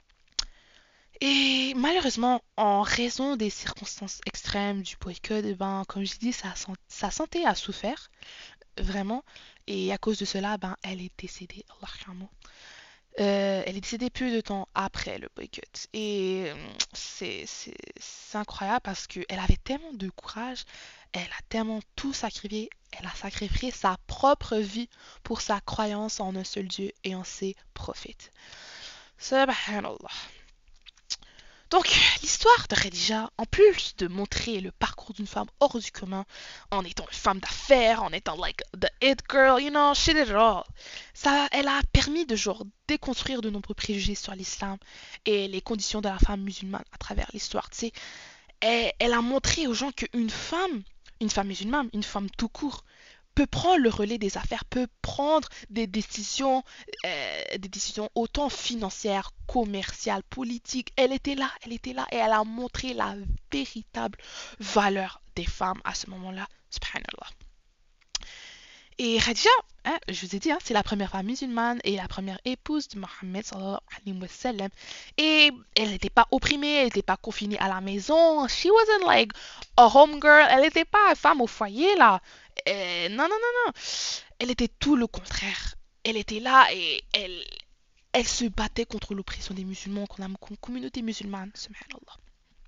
Et malheureusement, en raison des circonstances extrêmes du boycott, eh ben, comme je dis, sa, sa santé a souffert, vraiment. Et à cause de cela, ben, elle est décédée. Allah euh, elle est décédée peu de temps après le boycott. Et c'est, c'est, c'est incroyable parce qu'elle avait tellement de courage, elle a tellement tout sacrifié, elle a sacrifié sa propre vie pour sa croyance en un seul Dieu et en ses prophètes. Subhanallah. Donc, l'histoire de Khadija, en plus de montrer le parcours d'une femme hors du commun, en étant une femme d'affaires, en étant like the it girl, you know, she did it all. Ça, elle a permis de genre déconstruire de nombreux préjugés sur l'islam et les conditions de la femme musulmane à travers l'histoire. Tu sais, elle, elle a montré aux gens qu'une femme, une femme musulmane, une femme tout court, peut prendre le relais des affaires, peut prendre des décisions, euh, des décisions autant financières, commerciales, politiques. Elle était là, elle était là et elle a montré la véritable valeur des femmes à ce moment-là. Subhanallah. Et Khadija, hein, je vous ai dit, hein, c'est la première femme musulmane et la première épouse de Mohammed sallallahu alayhi wa sallam. Et elle n'était pas opprimée, elle n'était pas confinée à la maison. She wasn't like a home girl. Elle n'était pas une femme au foyer là. Euh, non, non, non, non. Elle était tout le contraire. Elle était là et elle, elle se battait contre l'oppression des musulmans, contre la communauté musulmane. Subhanallah.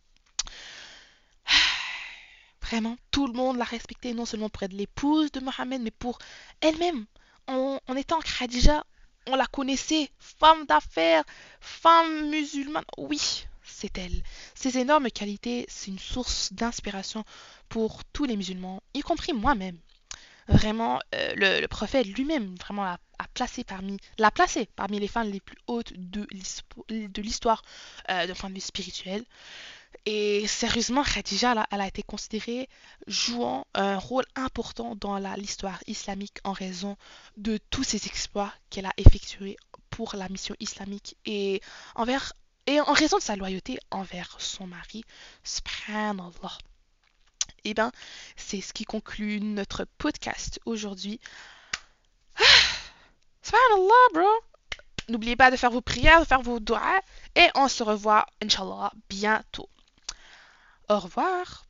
Vraiment, tout le monde l'a respectée, non seulement pour être l'épouse de Mohammed, mais pour elle-même. En, en étant Khadija, on la connaissait, femme d'affaires, femme musulmane. Oui, c'est elle. Ses énormes qualités, c'est une source d'inspiration pour tous les musulmans, y compris moi-même. Vraiment, euh, le, le prophète lui-même vraiment l'a, a placé parmi, l'a placé parmi les femmes les plus hautes de l'histoire euh, d'un point de vue spirituel. Et sérieusement, Khadija, là, elle a été considérée jouant un rôle important dans la, l'histoire islamique en raison de tous ses exploits qu'elle a effectués pour la mission islamique et, envers, et en raison de sa loyauté envers son mari. Subhanallah. Et bien, c'est ce qui conclut notre podcast aujourd'hui. Subhanallah, bro. N'oubliez pas de faire vos prières, de faire vos doigts et on se revoit, Inch'Allah, bientôt. Au revoir.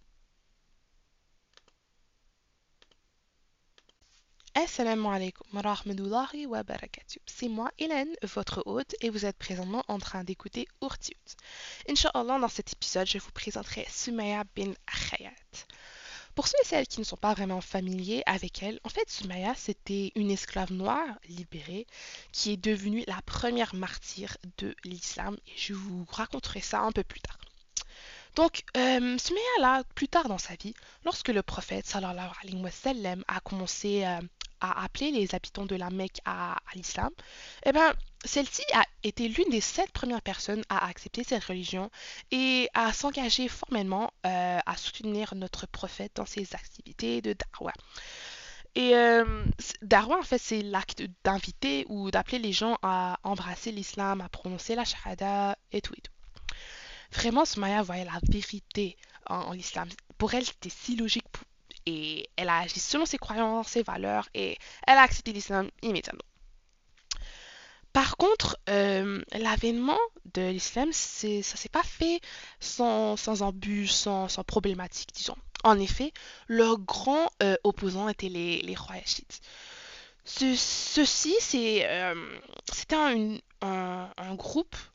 Assalamu alaikum wa rahmatullahi wa barakatuh. C'est moi, Hélène, votre hôte, et vous êtes présentement en train d'écouter Urtiout. Inch'Allah, dans cet épisode, je vous présenterai Sumaya bin Khayat. Pour ceux et celles qui ne sont pas vraiment familiers avec elle, en fait, Sumaya, c'était une esclave noire libérée qui est devenue la première martyre de l'islam, et je vous raconterai ça un peu plus tard. Donc, euh, Sumaya, là, plus tard dans sa vie, lorsque le prophète, sallallahu alayhi wa sallam, a commencé euh, à appeler les habitants de la Mecque à, à l'islam, eh ben, celle-ci a été l'une des sept premières personnes à accepter cette religion et à s'engager formellement euh, à soutenir notre prophète dans ses activités de da'wah. Et euh, da'wah, en fait, c'est l'acte d'inviter ou d'appeler les gens à embrasser l'islam, à prononcer la shahada et tout et tout. Vraiment, Sumaya voyait la vérité en, en l'islam. Pour elle, c'était si logique et elle a agi selon ses croyances, ses valeurs et elle a accepté l'islam immédiatement. Par contre, euh, l'avènement de l'islam, c'est, ça s'est pas fait sans, sans embûches, sans, sans problématique, disons. En effet, leurs grands euh, opposants étaient les, les rois hachites. Ce, ceci, c'est, euh, c'était un, un, un groupe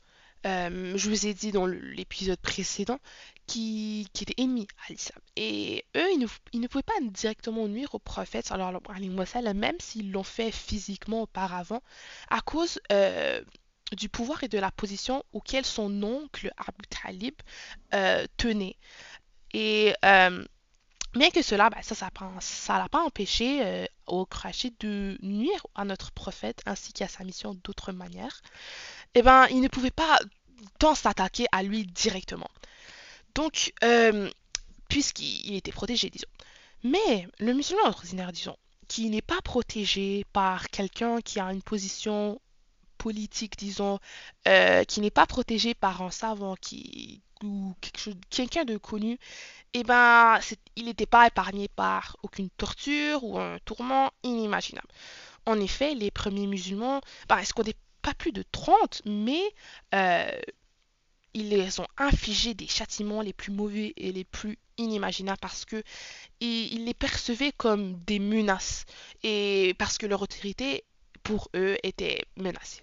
euh, je vous ai dit dans l'épisode précédent, qui, qui étaient ennemis à l'islam. Et eux, ils ne, ils ne pouvaient pas directement nuire au prophète, sallallahu alayhi wa sallam, même s'ils l'ont fait physiquement auparavant, à cause euh, du pouvoir et de la position auquel son oncle Abu Talib euh, tenait. Et euh, bien que cela, bah, ça, ça ça l'a pas empêché euh, au Rachid de nuire à notre prophète ainsi qu'à sa mission d'autres manières. Et ben, il ne pouvait pas tant s'attaquer à lui directement. Donc, euh, puisqu'il était protégé, disons. Mais le musulman ordinaire, disons, qui n'est pas protégé par quelqu'un qui a une position politique, disons, euh, qui n'est pas protégé par un savant qui ou quelque chose, quelqu'un de connu, eh ben, c'est- il n'était pas épargné par aucune torture ou un tourment inimaginable. En effet, les premiers musulmans, bah, ils se comptaient pas plus de trente, mais euh, ils les ont infligé des châtiments les plus mauvais et les plus inimaginables parce que ils, ils les percevaient comme des menaces et parce que leur autorité pour eux était menacée.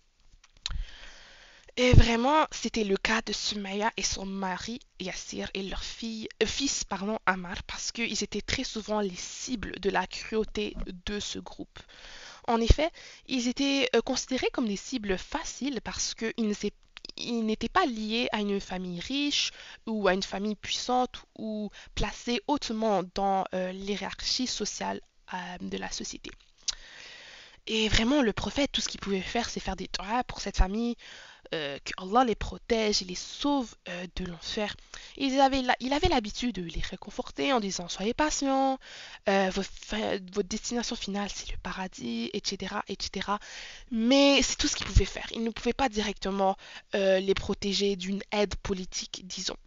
Et vraiment, c'était le cas de Sumaya et son mari Yassir et leur fille, euh, fils pardon, Amar parce qu'ils étaient très souvent les cibles de la cruauté de ce groupe. En effet, ils étaient euh, considérés comme des cibles faciles parce qu'ils n'étaient ils n'étaient pas liés à une famille riche ou à une famille puissante ou placés hautement dans euh, l'hierarchie sociale euh, de la société. Et vraiment, le prophète, tout ce qu'il pouvait faire, c'est faire des doigts pour cette famille, euh, que Allah les protège et les sauve euh, de l'enfer. Ils avaient la- il avait l'habitude de les réconforter en disant soyez patients, euh, votre, fin- votre destination finale c'est le paradis, et cetera, et cetera. Mais c'est tout ce qu'il pouvait faire. Il ne pouvait pas directement euh, les protéger d'une aide politique, disons.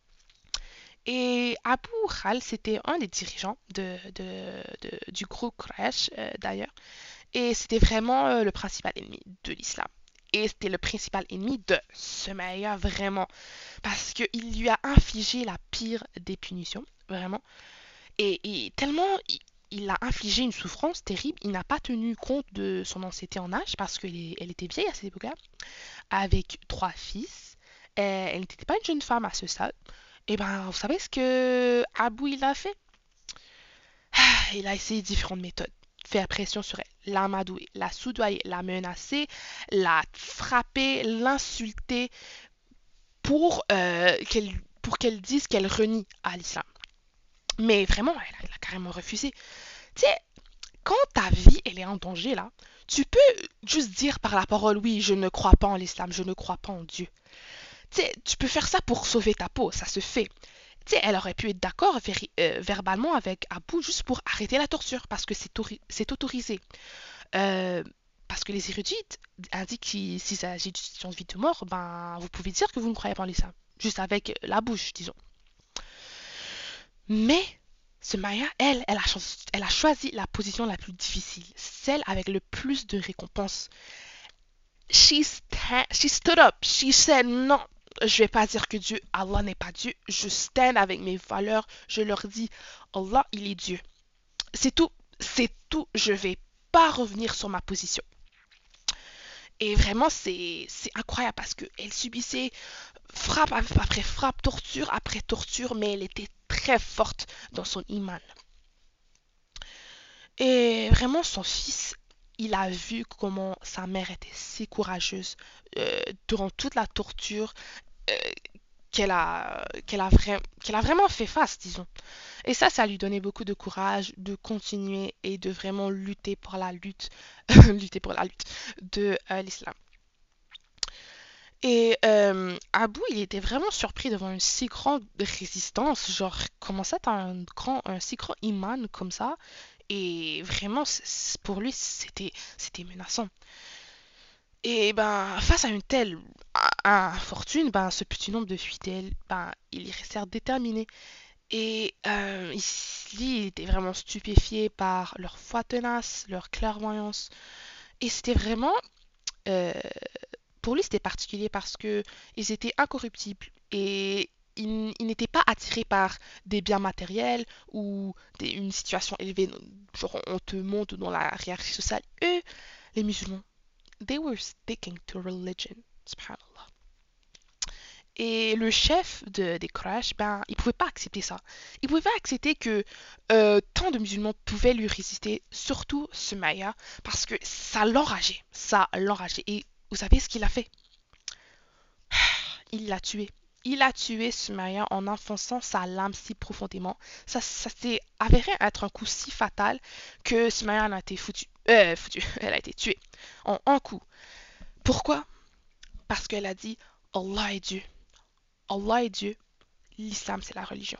Et Abu Khal, c'était un des dirigeants de, de- de- du groupe Quraysh, euh, d'ailleurs. Et c'était vraiment euh, le principal ennemi de l'islam. Et c'était le principal ennemi de Sumaya, vraiment. Parce qu'il lui a infligé la pire des punitions, vraiment. Et, et tellement il, il a infligé une souffrance terrible, il n'a pas tenu compte de son ancienneté en âge, parce qu'elle elle était vieille à cette époque-là, avec trois fils. Et elle n'était pas une jeune femme à ce stade. Et ben, vous savez ce que Abou il a fait? Il a essayé différentes méthodes. Faire pression sur elle, l'amadouer, la soudoyer, la menacer, la frapper, l'insulter pour euh, qu'elle pour qu'elle dise qu'elle renie à l'islam. Mais vraiment, elle a, elle a carrément refusé. Tu sais, quand ta vie elle est en danger là, tu peux juste dire par la parole oui, je ne crois pas en l'islam, je ne crois pas en Dieu. Tu sais, tu peux faire ça pour sauver ta peau, ça se fait. Tu sais, elle aurait pu être d'accord ver- euh, verbalement avec Abou juste pour arrêter la torture parce que c'est tori- c'est autorisé. Euh, parce que les érudites indiquent que s'il s'agit d'une situation de vie de mort, ben vous pouvez dire que vous ne croyez pas en l'islam, juste avec la bouche, disons. Mais ce Maya, elle, elle a, cho- elle a choisi la position la plus difficile, celle avec le plus de récompenses. She, sta- she stood up, she said non, je vais pas dire que Dieu, Allah n'est pas Dieu, je stand avec mes valeurs, je leur dis Allah, il est Dieu. C'est tout, c'est tout, je vais pas revenir sur ma position. Et vraiment, c'est c'est incroyable parce qu'elle subissait frappe après frappe, torture après torture, mais elle était très forte dans son iman. Et vraiment, son fils, il a vu comment sa mère était si courageuse euh, durant toute la torture euh, qu'elle a, qu'elle a, vra- qu'elle a vraiment fait face, disons. Et ça, ça lui donnait beaucoup de courage de continuer et de vraiment lutter pour la lutte, lutter pour la lutte de euh, l'islam. Et euh, Abou, il était vraiment surpris devant une si grande résistance. Genre, comment ça, t'as un, grand, un si grand iman comme ça? Et vraiment, c'est- pour lui, c'était, c'était menaçant. Et ben, face à une telle a- infortune, ben, ce petit nombre de fidèles, ben, ils restèrent déterminés. Et euh, ici, il était vraiment stupéfié par leur foi tenace, leur clairvoyance. Et c'était vraiment euh, pour lui, c'était particulier parce que ils étaient incorruptibles et ils, ils n'étaient pas attirés par des biens matériels ou des- une situation élevée, genre on te monte dans la hiérarchie sociale. Eux, les musulmans, they were sticking to religion. Subhanallah. Et le chef de, des Quraysh, ben, il pouvait pas accepter ça. Il pouvait pas accepter que euh, tant de musulmans pouvaient lui résister, surtout Sumaya, parce que ça l'enrageait. Ça l'enrageait. Et vous savez ce qu'il a fait? Il l'a tué. Il a tué Sumaya en enfonçant sa lame si profondément. Ça, ça s'est avéré être un coup si fatal que Sumaya en a été foutue. Euh, foutue. Elle a été tuée en un coup. Pourquoi? Parce qu'elle a dit Allah est Dieu. Allah est Dieu. L'islam, c'est la religion.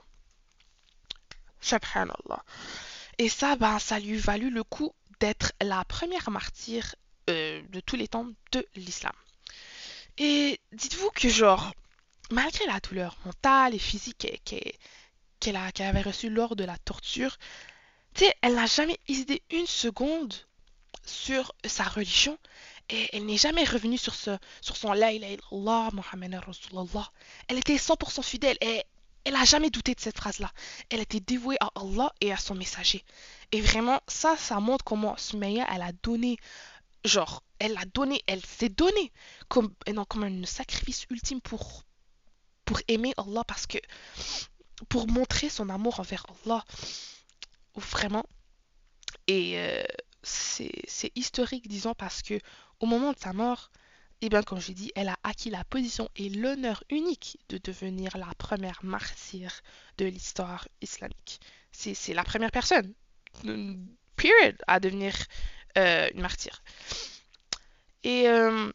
Subhanallah. Et ça, ben, ça lui valut le coup d'être la première martyre euh, de tous les temps de l'islam. Et dites-vous que, genre, malgré la douleur mentale et physique qu'elle qu'elle a- qu'elle avait reçue lors de la torture, tu sais, elle n'a jamais hésité une seconde sur sa religion et elle n'est jamais revenue sur, ce, sur son La ilaha illallah, Muhammad Rasulullah. Elle était cent pour cent fidèle et elle n'a jamais douté de cette phrase-là. Elle était dévouée à Allah et à son messager. Et vraiment, ça, ça montre comment Sumaya, elle a donné, genre, elle a donné, elle s'est donnée comme, non, comme un sacrifice ultime pour, pour aimer Allah parce que, pour montrer son amour envers Allah. Vraiment, et euh, c'est c'est historique, disons, parce que au moment de sa mort, eh bien, comme j'ai dit, elle a acquis la position et l'honneur unique de devenir la première martyre de l'histoire islamique. C'est c'est la première personne, euh, period, à devenir euh, une martyre. Et euh,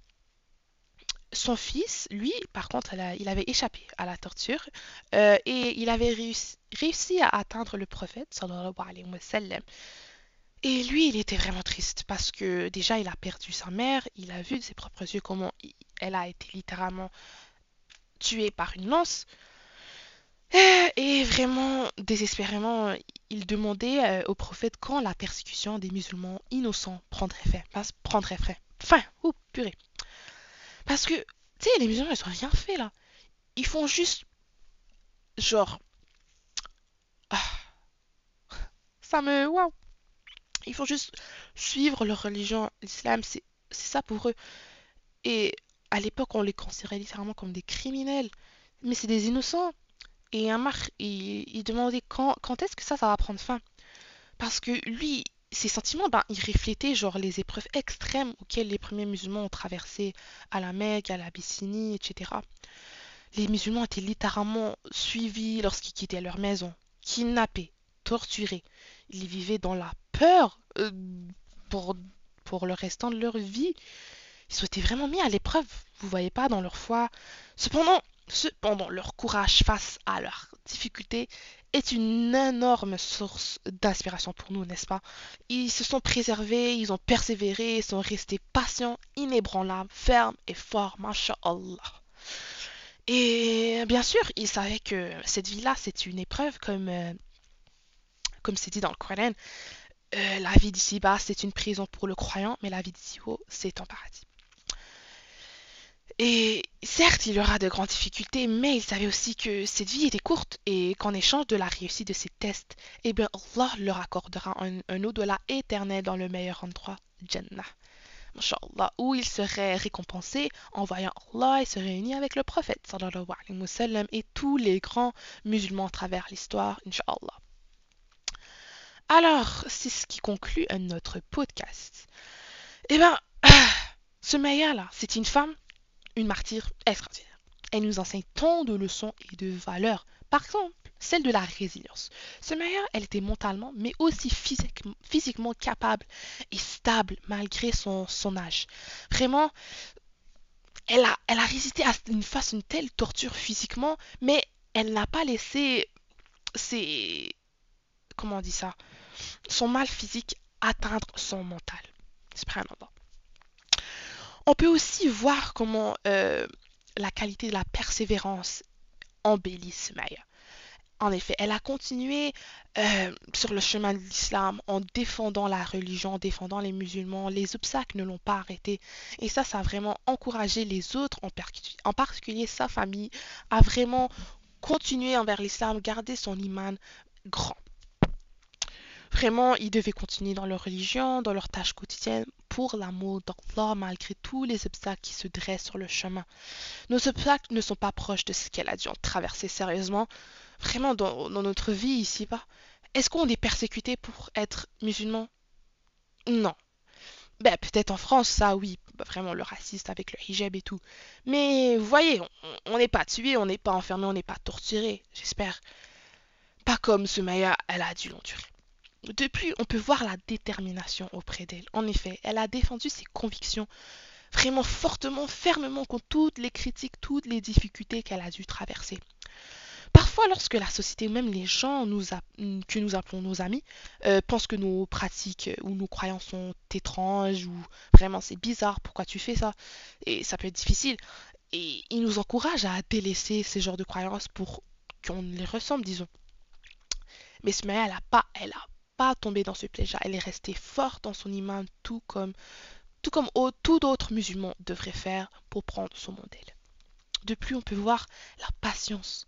son fils, lui, par contre, il, a- il avait échappé à la torture euh, et il avait réussi, réussi à atteindre le prophète, sallallahu alayhi wa sallam. Et lui, il était vraiment triste parce que déjà, il a perdu sa mère, il a vu de ses propres yeux comment il- elle a été littéralement tuée par une lance. Euh, Et vraiment, désespérément, il demandait euh, au prophète quand la persécution des musulmans innocents prendrait fin. Pas- Prendrait fin. Fin, oh purée. Parce que, tu sais, les musulmans, ils ont rien fait là. Ils font juste, genre, ah, ça me, waouh. Ils font juste suivre leur religion, l'islam, c'est c'est ça pour eux. Et à l'époque, on les considérait littéralement comme des criminels. Mais c'est des innocents. Et Ammar, il, il demandait quand, quand est-ce que ça, ça va prendre fin. Parce que lui, ses sentiments, ben, ils reflétaient genre les épreuves extrêmes auxquelles les premiers musulmans ont traversé à la Mecque, à l'Abyssinie, et cetera. Les musulmans étaient littéralement suivis lorsqu'ils quittaient leur maison, kidnappés, torturés. Ils vivaient dans la peur euh, pour, pour le restant de leur vie. Ils ont été vraiment mis à l'épreuve, vous voyez pas, dans leur foi. Cependant, cependant, leur courage face à leurs difficultés est une énorme source d'inspiration pour nous, n'est-ce pas? Ils se sont préservés, ils ont persévéré, ils sont restés patients, inébranlables, fermes et forts, masha'Allah. Et bien sûr, ils savaient que cette vie-là, c'est une épreuve, comme euh, comme c'est dit dans le Coran. Euh, la vie d'ici-bas, c'est une prison pour le croyant, mais la vie d'ici-haut, c'est un paradis. Et certes, il y aura de grandes difficultés, mais il savait aussi que cette vie était courte et qu'en échange de la réussite de ces tests, eh bien Allah leur accordera un, un au-delà éternel dans le meilleur endroit, Jannah. Masha'Allah, où ils seraient récompensés en voyant Allah et se réunir avec le prophète, sallallahu alayhi wa sallam, et tous les grands musulmans à travers l'histoire, Inch'Allah. Alors, c'est ce qui conclut notre podcast. Eh bien, ce Maya-là, c'est une femme, une martyre extraordinaire. Elle nous enseigne tant de leçons et de valeurs. Par exemple, celle de la résilience. Sumaya, elle était mentalement, mais aussi physique, physiquement capable et stable malgré son, son âge. Vraiment, elle a, elle a résisté à une face une telle torture physiquement, mais elle n'a pas laissé ses, comment on dit ça, son mal physique atteindre son mental. Subhanallah. On peut aussi voir comment euh, la qualité de la persévérance embellit Sumaya. En effet, elle a continué euh, sur le chemin de l'islam en défendant la religion, en défendant les musulmans. Les obstacles ne l'ont pas arrêté. Et ça, ça a vraiment encouragé les autres, en, en particulier sa famille, à vraiment continuer envers l'islam, garder son iman grand. Vraiment, ils devaient continuer dans leur religion, dans leurs tâches quotidiennes, pour l'amour d'Allah, malgré tous les obstacles qui se dressent sur le chemin. Nos obstacles ne sont pas proches de ce qu'elle a dû en traverser sérieusement, vraiment dans, dans notre vie ici-bas. Est-ce qu'on est persécuté pour être musulman? Non. Ben, peut-être en France, ça oui, bah, vraiment le raciste avec le hijab et tout. Mais vous voyez, on n'est pas tué, on n'est pas enfermé, on n'est pas torturé, j'espère. Pas comme Sumaya, elle a dû l'endurer. Depuis, on peut voir la détermination auprès d'elle. En effet, elle a défendu ses convictions vraiment fortement, fermement contre toutes les critiques, toutes les difficultés qu'elle a dû traverser. Parfois, lorsque la société ou même les gens nous a- que nous appelons nos amis euh, pensent que nos pratiques ou nos croyances sont étranges ou vraiment c'est bizarre, pourquoi tu fais ça? Et ça peut être difficile. Et ils nous encouragent à délaisser ces genres de croyances pour qu'on les ressemble, disons. Mais Sumaya, elle a pas, elle a pas tombé dans ce piège-là. Elle est restée forte dans son iman, tout comme, tout comme au- tout autre musulman devrait faire pour prendre son modèle. De plus, on peut voir la patience.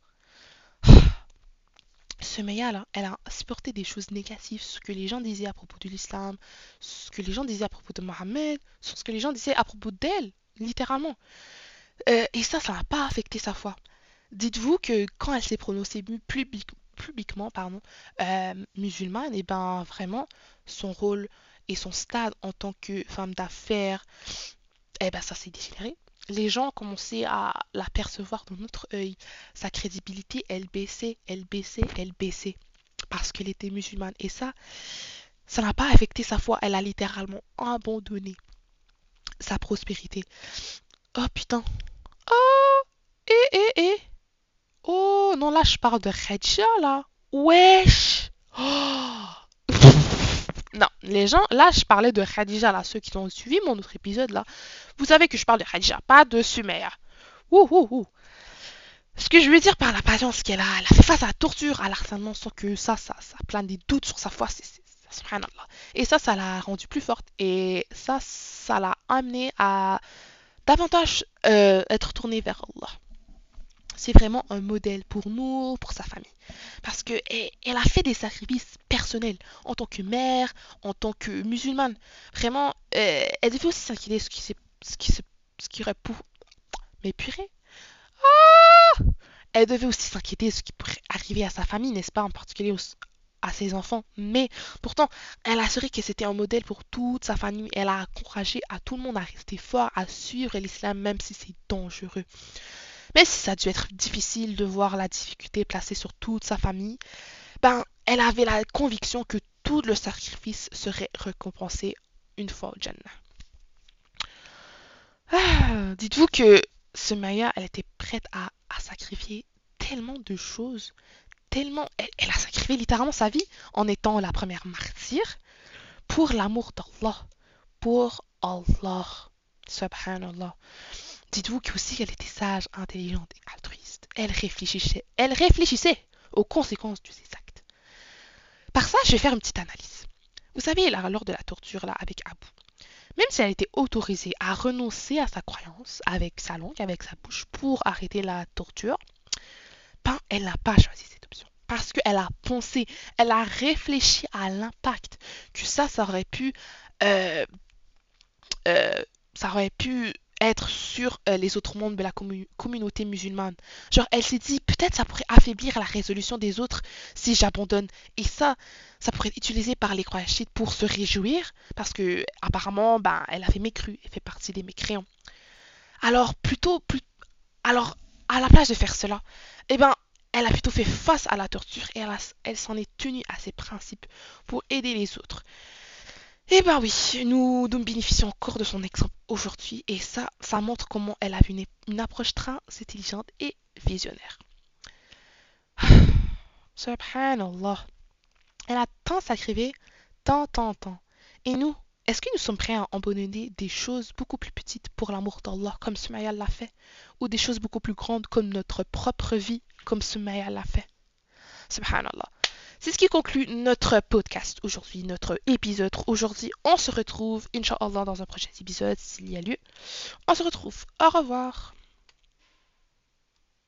Sumaya, là, elle a supporté des choses négatives, ce que les gens disaient à propos de l'islam, ce que les gens disaient à propos de Mohammed, ce que les gens disaient à propos d'elle, littéralement. Euh, et ça, ça n'a pas affecté sa foi. Dites-vous que quand elle s'est prononcée public- publiquement pardon, euh, musulmane, et ben vraiment, son rôle et son stade en tant que femme d'affaires, eh ben ça s'est dégénéré. Les gens commençaient à la percevoir dans notre œil. Sa crédibilité, elle baissait, elle baissait, elle baissait. Parce qu'elle était musulmane. Et ça, ça n'a pas affecté sa foi. Elle a littéralement abandonné sa prospérité. Oh putain. Oh, eh, eh, eh. Oh, non, là, je parle de Khadija, là. Wesh. Oh. Non, les gens, là, je parlais de Khadija, là, ceux qui ont suivi mon autre épisode, là. Vous savez que je parle de Khadija, pas de Sumer. Ouh, ouh, ouh. Ce que je veux dire par la patience qu'elle a, elle a fait face à la torture, à l'harcèlement, sans que ça, ça, ça plane des doutes sur sa foi. C'est, c'est, c'est, subhanallah. Et ça, ça l'a rendue plus forte. Et ça, ça l'a amené à davantage euh, être tournée vers Allah. C'est vraiment un modèle pour nous, pour sa famille. Parce que elle, elle a fait des sacrifices personnels en tant que mère, en tant que musulmane. Vraiment, euh, elle devait aussi s'inquiéter de ce qui, s'est- ce qui, se- ce qui aurait pu... Mais purée. Ah, elle devait aussi s'inquiéter de ce qui pourrait arriver à sa famille, n'est-ce pas, en particulier aux- à ses enfants. Mais pourtant, elle a assuré que c'était un modèle pour toute sa famille. Elle a encouragé à tout le monde à rester fort, à suivre l'islam, même si c'est dangereux. Mais si ça a dû être difficile de voir la difficulté placée sur toute sa famille, ben, elle avait la conviction que tout le sacrifice serait récompensé une fois au Jannah. Ah, dites-vous que Sumaya, elle était prête à, à sacrifier tellement de choses, tellement... Elle, elle a sacrifié littéralement sa vie en étant la première martyre pour l'amour d'Allah, pour Allah, subhanallah. Dites-vous qu'aussi elle était sage, intelligente et altruiste. Elle réfléchissait, elle réfléchissait aux conséquences de ses actes. Par ça, je vais faire une petite analyse. Vous savez, là, lors de la torture là, avec Abu, même si elle était autorisée à renoncer à sa croyance avec sa langue, avec sa bouche, pour arrêter la torture, ben, elle n'a pas choisi cette option. Parce qu'elle a pensé, elle a réfléchi à l'impact que ça, ça aurait pu euh, euh, ça aurait pu être sur euh, les autres membres de la commu- communauté musulmane. Genre, elle s'est dit, peut-être ça pourrait affaiblir la résolution des autres si j'abandonne. Et ça, ça pourrait être utilisé par les croyachites pour se réjouir, parce que apparemment, ben, elle avait mécru, elle fait partie des mécréants. Alors, plutôt, plus, alors, à la place de faire cela, eh ben, elle a plutôt fait face à la torture et elle, a- elle s'en est tenue à ses principes pour aider les autres. Eh ben oui, nous, nous bénéficions encore de son exemple aujourd'hui et ça, ça montre comment elle a une, une approche très intelligente et visionnaire. Subhanallah. Elle a tant sacrifié, tant, tant, tant. Et nous, est-ce que nous sommes prêts à abandonner des choses beaucoup plus petites pour l'amour d'Allah comme Sumaya l'a fait, ou des choses beaucoup plus grandes comme notre propre vie comme Sumaya l'a fait? Subhanallah. C'est ce qui conclut notre podcast aujourd'hui, notre épisode aujourd'hui. On se retrouve, Inch'Allah, dans un prochain épisode s'il y a lieu. On se retrouve. Au revoir.